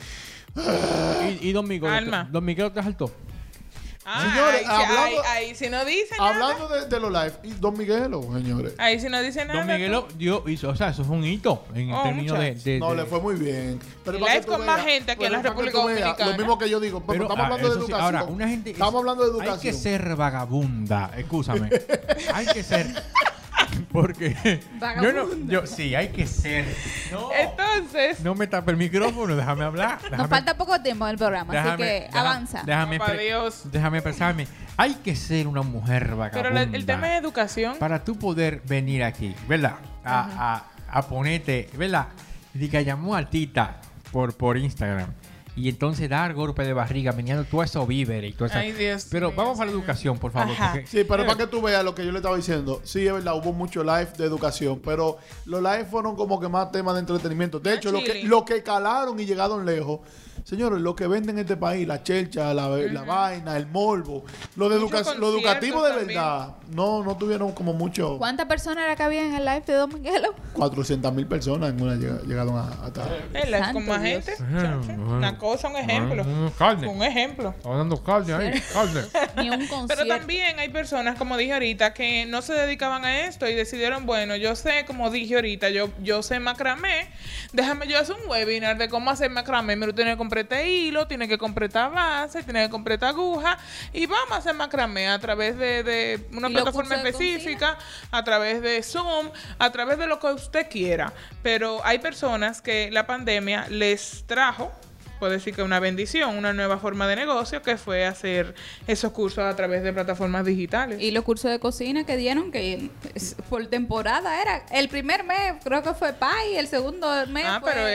Y Don Miguel. Alma. Don Miguel te saltó. Señores, hablando- ahí si no dice nada. Hablando de los live, y Don Miguelo, señores, Ahí si no dice nada. Don Miguel hizo, o sea, eso fue un hito en Oh, términos muchachos. no le fue muy bien. Pero Y para que live tú con más veas, gente aquí en la pero para que República tú veas, Dominicana. Lo mismo que yo digo, pero estamos hablando de eso sí, educación. ahora, una gente. Estamos hablando de Hay que educación. ser vagabunda, escúchame. Hay que ser. Porque. Sí, hay que ser. No. Entonces, No me tape el micrófono, déjame hablar. Nos falta poco tiempo en el programa, así que avanza. Papá Dios. Déjame expresarme. Hay que ser una mujer pero vagabunda. el tema es educación. Para tú poder venir aquí, ¿verdad? A ponerte, ¿verdad? Y que llamó a Tita por Instagram. Y entonces dar golpe de barriga, veniendo todo eso víveres y todo eso. Ay, Dios Pero mío, vamos a la señor. educación, por favor. Ajá. porque- Sí, pero para que tú veas lo que yo le estaba diciendo. Sí, es verdad, hubo mucho live de educación, pero los live fueron como que más temas de entretenimiento. De hecho, chilling. lo que calaron y llegaron lejos, señores, lo que venden en este país, la chelcha, la vaina, el morbo, lo Muchos lo educativo de conciertos verdad, no tuvieron como mucho. ¿Cuántas personas era que había en el live de Don Miguelo? 400,000 personas en una llegaron a estar. Live Santo con más Dios. gente. chacho. Una cosa, un ejemplo. Carne. Un ejemplo. Estamos dando carne ahí, carne. Ni un concierto. Pero también hay personas, como dije ahorita, que no se dedicaban a esto y decidieron, bueno, yo sé, como dije ahorita, yo sé macramé, déjame yo hacer un webinar de cómo hacer macramé. Pero tiene que comprar este hilo, tiene que comprar esta base, tiene que comprar esta aguja y vamos a hacer macramé a través de una Y los plataforma cursos de específica, a través de Zoom, a través de lo que usted quiera. Pero hay personas que la pandemia les trajo puedo decir que una bendición, una nueva forma de negocio, que fue hacer esos cursos a través de plataformas digitales. Y los cursos de cocina que dieron, que por temporada era. El primer mes creo que fue pie, el segundo mes fue... pero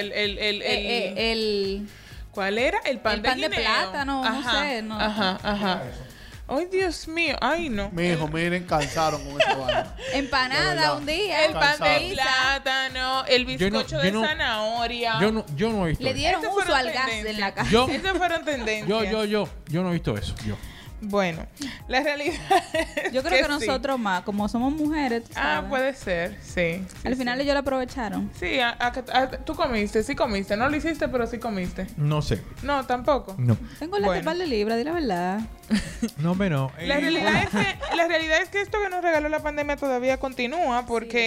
¿cuál era? El pan de guineo. Plátano, no sé. No. Ajá. Ay, Dios mío. Ay, no. Mijo, miren, cansaron con esa vaina. Empanada un día. El pan de plátano, el bizcocho de zanahoria. Yo no he visto Le dieron Esas uso fueron al gas tendencias. en la casa. Esas fueron tendencias. Yo no he visto eso. Bueno, la realidad es Yo creo que sí. nosotros más, como somos mujeres, tú sabes, puede ser, sí. al final ellos lo aprovecharon. Sí, tú comiste, sí comiste. No lo hiciste, pero sí comiste. No sé. No, tampoco. No. Tengo la Bueno. par de libras, di la verdad. No, pero... La realidad es que esto que nos regaló la pandemia todavía continúa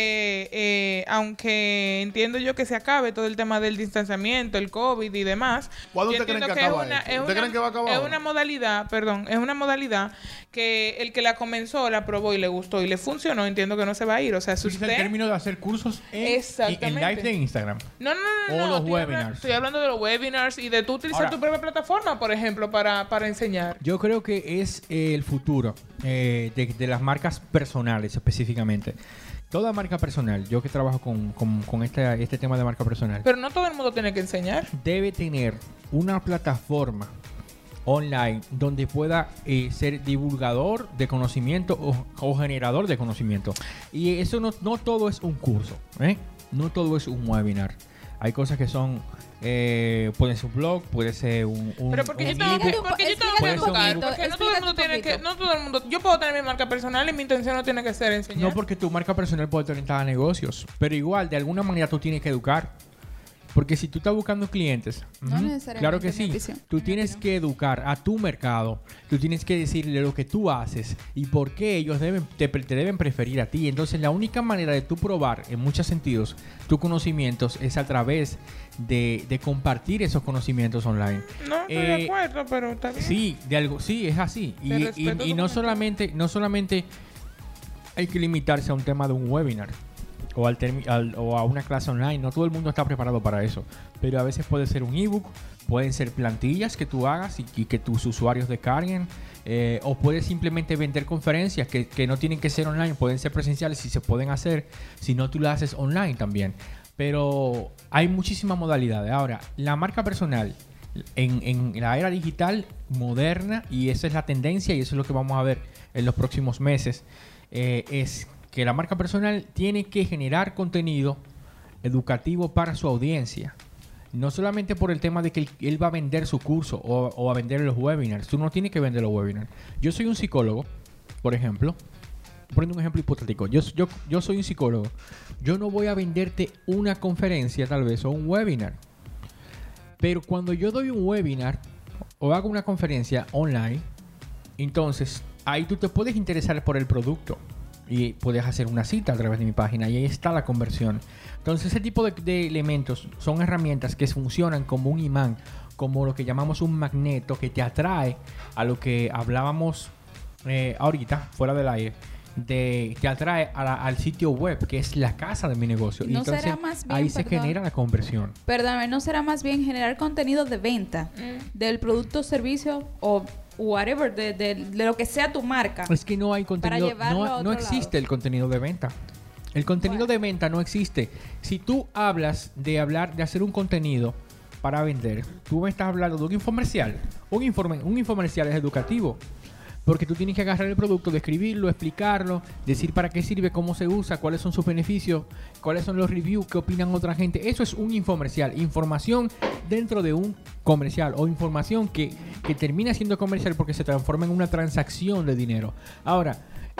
porque aunque entiendo yo que se acabe todo el tema del distanciamiento, el COVID y demás, ¿Cuándo yo ustedes creen entiendo que acaba esto? ¿Ustedes creen que va a acabar es ahora? una modalidad, es una modalidad que el que la comenzó, la probó y le gustó y le funcionó, entiendo que no se va a ir. O sea, si Es el usted... término de hacer cursos en live de Instagram. No. O los webinars. Estoy hablando de los webinars y de tú utilizar Ahora, tu propia plataforma, por ejemplo, para enseñar. Yo creo que es el futuro de las marcas personales específicamente. Toda marca personal, yo que trabajo con este tema de marca personal, Pero no todo el mundo tiene que enseñar. debe tener una plataforma online donde pueda ser divulgador de conocimiento o generador de conocimiento. Y eso no todo es un curso, no todo es un webinar. Hay cosas que son puede ser un blog, puede ser un Pero porque yo ebook. tengo que educar, porque no todo el mundo tiene que, poquito. no todo el mundo, yo puedo tener mi marca personal y mi intención no tiene que ser enseñar. No, porque tu marca personal puede estar orientada a negocios, pero igual, de alguna manera tú tienes que educar. Porque si tú estás buscando clientes, No necesariamente, claro que en mi sí, visión, tú en mi tienes opinión. que educar a tu mercado, tú tienes que decirle lo que tú haces y por qué ellos te deben preferir a ti. Entonces la única manera de tú probar, en muchos sentidos, tus conocimientos es a través de compartir esos conocimientos online. No, estoy de acuerdo, pero está bien. Sí, sí, es así. Te respeto Y no solamente hay que limitarse a un tema de un webinar o a una clase online. No todo el mundo está preparado para eso. Pero a veces puede ser un ebook, pueden ser plantillas que tú hagas y que tus usuarios descarguen. O puedes simplemente vender conferencias que no tienen que ser online, pueden ser presenciales y se pueden hacer si no tú las haces online también. Pero hay muchísimas modalidades. Ahora, la marca personal en la era digital moderna, y esa es la tendencia y eso es lo que vamos a ver en los próximos meses, es que la marca personal tiene que generar contenido educativo para su audiencia. No solamente por el tema de que él va a vender su curso o a vender los webinars. Tú no tienes que vender los webinars. Yo soy un psicólogo, por ejemplo. Poniendo un ejemplo hipotético. Yo soy un psicólogo. Yo no voy a venderte una conferencia tal vez o un webinar. Pero cuando yo doy un webinar o hago una conferencia online, entonces ahí tú te puedes interesar por el producto y puedes hacer una cita a través de mi página y ahí está la conversión. Entonces ese tipo de elementos son herramientas que funcionan como un imán, como lo que llamamos un magneto que te atrae a lo que hablábamos ahorita, fuera del aire. Te atrae al sitio web, que es la casa de mi negocio. ¿No y entonces será más bien, ahí se perdón, genera la conversión. Perdóname, ¿no será más bien generar contenido de venta del producto o servicio o whatever, de lo que sea tu marca? Es que no hay contenido, llevarlo a no otro existe el contenido de venta. El contenido de venta no existe. Si tú hablas de hacer un contenido para vender, tú me estás hablando de un infomercial. Un infomercial es educativo. Porque tú tienes que agarrar el producto, describirlo, explicarlo, decir para qué sirve, cómo se usa, cuáles son sus beneficios, cuáles son los reviews, qué opinan otra gente. Eso es un infomercial. Información dentro de un comercial o información que termina siendo comercial porque se transforma en una transacción de dinero. Ahora,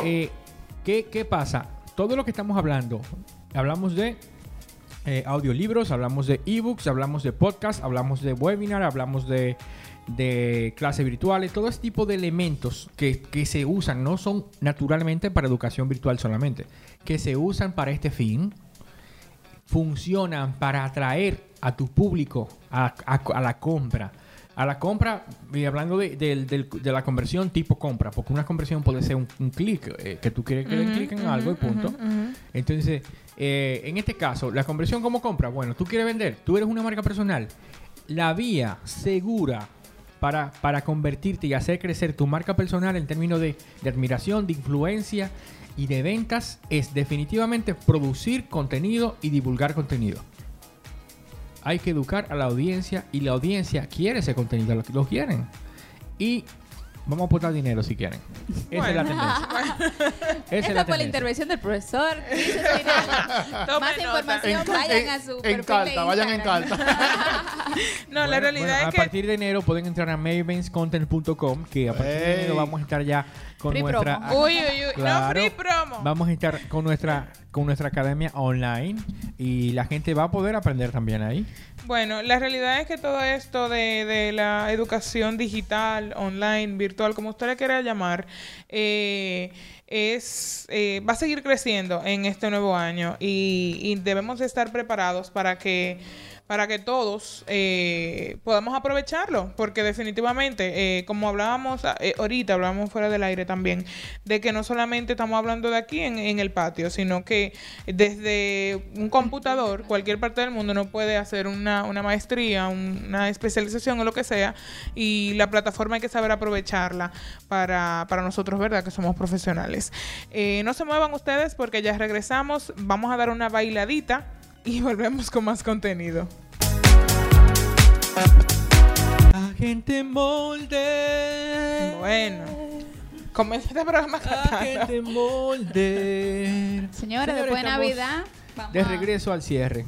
¿qué pasa? Todo lo que estamos hablando, hablamos de audiolibros, hablamos de ebooks, hablamos de podcast, hablamos de webinar, hablamos de clases virtuales, todo ese tipo de elementos que se usan, no son naturalmente para educación virtual solamente, que se usan para este fin, funcionan para atraer a tu público a la compra. A la compra, y hablando de la conversión tipo compra, porque una conversión puede ser un clic, que tú quieres que den clic en algo y punto. Entonces, en este caso, la conversión como compra, bueno, tú quieres vender, tú eres una marca personal, la vía segura para convertirte y hacer crecer tu marca personal en términos de admiración, de influencia y de ventas es definitivamente producir contenido y divulgar contenido. Hay que educar a la audiencia y la audiencia quiere ese contenido, lo quieren. Y vamos a aportar dinero si quieren. Esa es la tendencia. Esa fue la intervención del profesor. Más información, vayan a su perfil de Instagram. Vayan en carta. No, la realidad es a que... A partir de enero pueden entrar a mavenscontent.com, que a partir de enero vamos a estar ya con free nuestra... promo. Uy, Claro, no, free promo. Vamos a estar con nuestra academia online y la gente va a poder aprender también ahí. Bueno, la realidad es que todo esto de la educación digital, online, virtual, como usted le quiera llamar, va a seguir creciendo en este nuevo año y debemos estar preparados para que todos podamos aprovecharlo, porque definitivamente, como hablábamos ahorita, hablábamos fuera del aire también, de que no solamente estamos hablando de aquí en el patio, sino que desde un computador, cualquier parte del mundo no puede hacer una maestría, una especialización o lo que sea, y la plataforma hay que saber aprovecharla para nosotros, ¿verdad? Que somos profesionales. No se muevan ustedes porque ya regresamos, vamos a dar una bailadita y volvemos con más contenido. Agente Molder. Bueno, comienza este programa cantando. Agente Molder. Señores, después de estamos Navidad, vamos de regreso al cierre.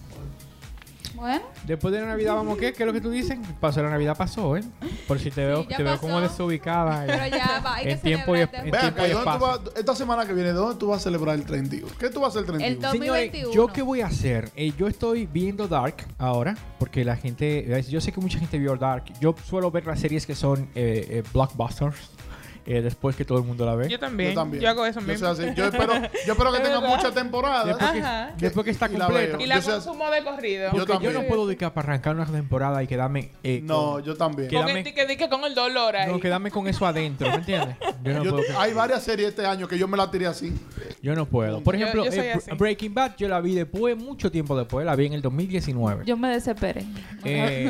Bueno, Después de la Navidad, ¿vamos qué? ¿Qué es lo que tú dices? Pasó la Navidad, pasó, ¿eh? Por si te veo, ya te veo pasó. como desubicada. pero ya va, hay que en tiempo y celebrar en Ven tiempo acá, y ¿dónde tú espacio. esta semana que viene, ¿dónde tú vas a celebrar el 31? ¿Qué tú vas a hacer el 31? El Señores, 2021. ¿yo qué voy a hacer? Yo estoy viendo Dark ahora, porque la gente, yo sé que mucha gente vio Dark. Yo suelo ver las series que son blockbusters, después que todo el mundo la ve. Yo también. Yo hago eso mismo. Yo, yo espero que tenga muchas temporadas. Después que está y la completa. Y la Yo sé- consumo de corrido. Yo Porque yo también. no puedo dedicar para arrancar una temporada y quedarme... No, yo también. ¿Qué? Con quédame- el que con el dolor ahí. No, quedarme con eso adentro, ¿me entiendes? Yo no puedo. Hay varias series este año que yo me la tiré así. Yo no puedo. Por ejemplo, yo soy así. Breaking Bad yo la vi después, mucho tiempo después. La vi en el 2019. Yo me desesperé. Eh,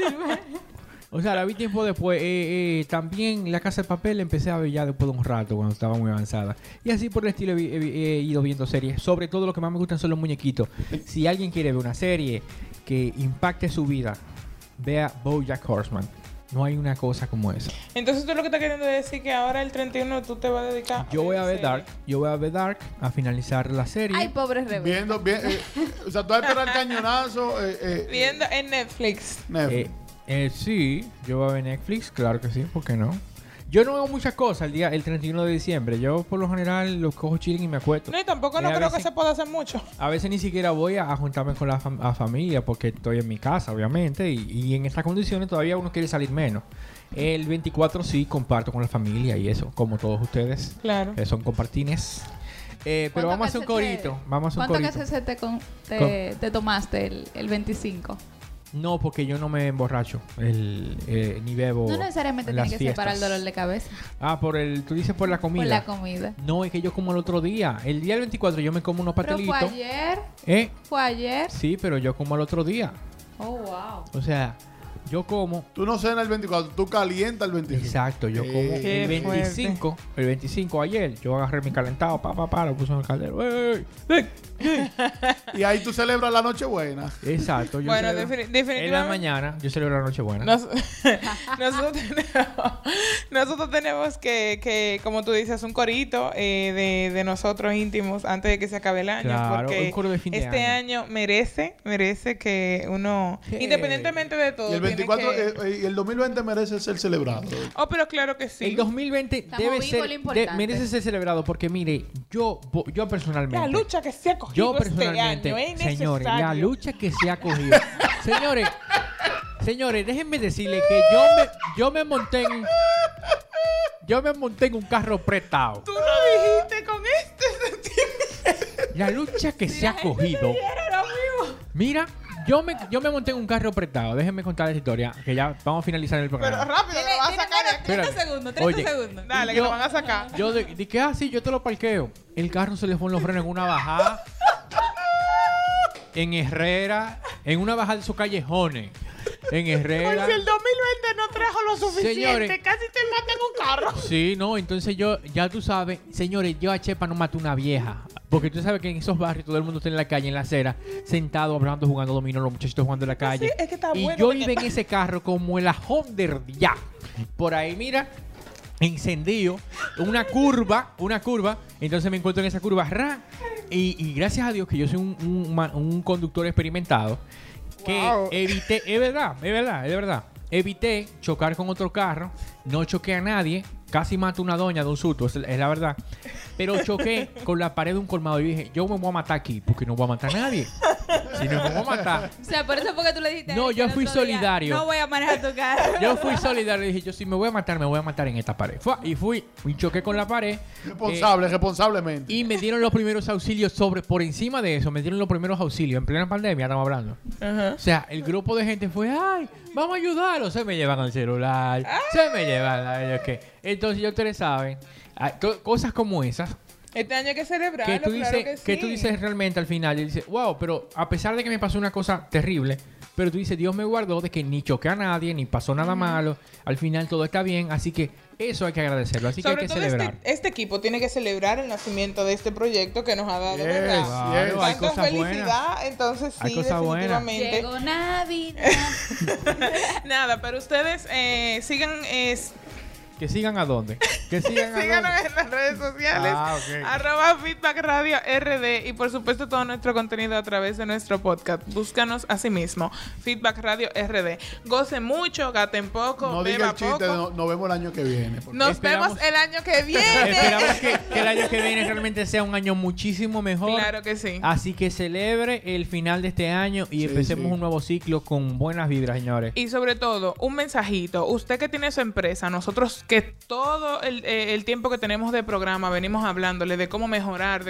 O sea, la vi tiempo después. También La Casa de Papel empecé a ver ya después de un rato, cuando estaba muy avanzada. Y así por el estilo he ido viendo series. Sobre todo lo que más me gustan son los muñequitos. Si alguien quiere ver una serie que impacte su vida, vea BoJack Horseman. No hay una cosa como esa. Entonces tú lo que estás queriendo decir que ahora el 31 tú te vas a dedicar Yo voy a ver serie. Dark. Yo voy a ver Dark a finalizar la serie. Ay, pobre Rebel. O sea, tú vas a esperar el cañonazo. Viendo en Netflix. Netflix. Sí, yo voy a ver Netflix, claro que sí, ¿por qué no? Yo no hago muchas cosas el 31 de diciembre. Yo por lo general los cojo chilling y me acuesto. No, y tampoco no a creo que veces- se pueda hacer mucho. A veces ni siquiera voy a juntarme con la familia porque estoy en mi casa, obviamente, y en estas condiciones todavía uno quiere salir menos. El 24 sí comparto con la familia y eso, como todos ustedes, Claro. que son compartines. Pero vamos a hacer un corito. Vamos a hacer un ¿Cuánto corito. que te tomaste el 25? No, porque yo no me emborracho ni bebo. No necesariamente en tiene las que ser para el fiestas. dolor de cabeza. Tú dices por la comida. Por la comida. No, es que yo como el otro día. El día del 24 yo me como unos Pero fue pastelitos. ayer. Fue ayer. Sí, pero yo como el otro día. Oh, wow. O sea, yo como... Tú no cenas el 24, tú calientas el 25. Exacto, yo como Qué el 25. El 25 ayer, yo agarré mi calentado, lo puse en el caldero. ¡Ey! ¡Ey! Y ahí tú celebras la Nochebuena. Exacto. Yo Bueno, celebro- definitivamente. En la mañana, yo celebro la Nochebuena. Nosotros tenemos que, como tú dices, un corito de nosotros íntimos antes de que se acabe el año. Claro, porque un coro de fin de este año merece que uno, Sí. independientemente de todo, Y el tiene 24 que- y el 2020 merece ser celebrado. Oh, pero claro que sí. El 2020 Estamos debe vivos, ser, lo importante. merece ser celebrado porque, mire, yo personalmente... La lucha que se ha cogido Yo este personalmente, año es señores, la necesario. lucha que se ha cogido. Señores, déjenme decirles que yo me monté en un carro prestado. Tú lo dijiste con este sentimiento. La lucha que se ha cogido. Mira, yo me monté en un carro prestado. Déjenme contar esa historia, que ya vamos a finalizar el Pero programa. rápido, lo vas a sacar de aquí. 30 Espérate. segundos, 30 Oye. segundos. Dale, Y que yo- lo van a sacar. Yo dije, sí, yo te lo parqueo. El carro se le fueron los frenos en una bajada. En Herrera, en una bajada de esos callejones. en Herrera. Pues si el 2020 no trajo lo suficiente, Señores, casi te matan un carro. Sí, no, entonces ya tú sabes, señores, yo a Chepa no maté una vieja. Porque tú sabes que en esos barrios todo el mundo está en la calle, en la acera, sentado, hablando, jugando dominó, los muchachitos jugando en la calle. Sí, es que está y bueno, yo porque- iba en ese carro como el ajón del ya. Por ahí, mira, encendido, una curva. Entonces me encuentro en esa curva, y gracias a Dios que yo soy un conductor experimentado, que Wow. evité, es verdad, evité chocar con otro carro, no choqué a nadie, casi mato a una doña de un susto, es la verdad, pero choqué con la pared de un colmado y dije, yo me voy a matar aquí, porque no voy a matar a nadie, si no me voy a matar. O sea, por eso porque tú le dijiste. No, a él yo que el fui otro día, solidario. No voy a manejar tu carro. Yo fui solidario y dije, yo si me voy a matar en esta pared. Y fui y choqué con la pared. Responsablemente. Y me dieron los primeros auxilios por encima de eso, me dieron los primeros auxilios. En plena pandemia estamos hablando. Ajá. O sea, el grupo de gente fue, ay, vamos a ayudarlo. Se me llevan el celular, se me llevan... Entonces, ya ustedes saben, cosas como esas, Este año hay que celebrarlo, que tú dices, claro que sí. que tú dices realmente al final, y dices, wow, pero a pesar de que me pasó una cosa terrible, pero tú dices, Dios me guardó de que ni choqué a nadie, ni pasó nada malo, al final todo está bien, así que eso hay que agradecerlo, así Sobre que hay que todo celebrar. este equipo tiene que celebrar el nacimiento de este proyecto que nos ha dado, Yes, ¿verdad? Claro, hay Tanta cosas felicidad, buenas. entonces Hay sí, cosas buenas. definitivamente. Llegó Navidad. Nada, pero ustedes sigan... ¿Que sigan a dónde? Que sigan a Síganos dónde. en las redes sociales. Ah, ok. @Feedback Radio RD. Y por supuesto todo nuestro contenido a través de nuestro podcast. Búscanos así mismo. Feedback Radio RD. Gocen mucho, gaten poco, No diga beba el chiste, poco. nos vemos el año que viene. porque- Nos Esperamos- vemos el año que viene. Esperamos que el año que viene realmente sea un año muchísimo mejor. Claro que sí. Así que celebre el final de este año y Sí, empecemos sí. un nuevo ciclo con buenas vibras, señores. Y sobre todo, un mensajito. Usted que tiene su empresa, nosotros que todo el tiempo que tenemos de programa venimos hablándole de cómo mejorar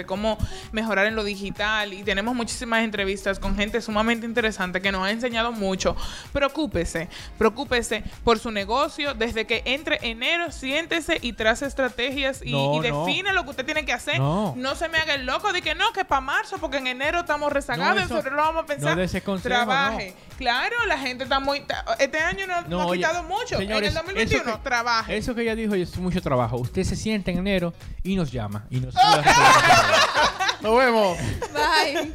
en lo digital, y tenemos muchísimas entrevistas con gente sumamente interesante que nos ha enseñado mucho. Preocúpese por su negocio. Desde que entre enero, siéntese y trace estrategias y define lo que usted tiene que hacer. No. No se me haga el loco de que no, que para marzo, porque en enero estamos rezagados, No, en eso- febrero lo vamos a pensar. no de ese consejo, Trabaje. Claro, la gente está muy... Este año nos ha oye, quitado mucho. señores, en el 2021, eso que- trabaje. Eso que ella dijo es mucho trabajo. Usted se sienta en enero y nos llama. Y nos Nos vemos. Bye.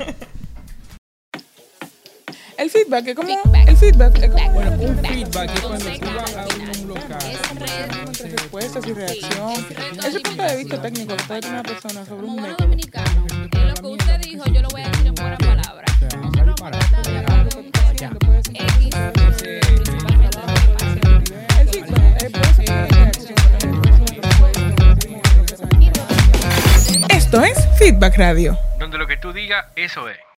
El feedback es como... Feedback. El feedback es como... Bueno, un feedback es cuando tú vas a un local. Entre respuestas y reacción. Ese punto de vista técnico que puede tener una persona sobre Como un buen método. dominicano, lo que usted dijo, yo lo voy a decir en buenas palabras. Nosotros vamos a tratar de hablar de un tema Ya. X, El feedback puede ser reacción. Esto es Feedback Radio. Donde lo que tú digas, eso es.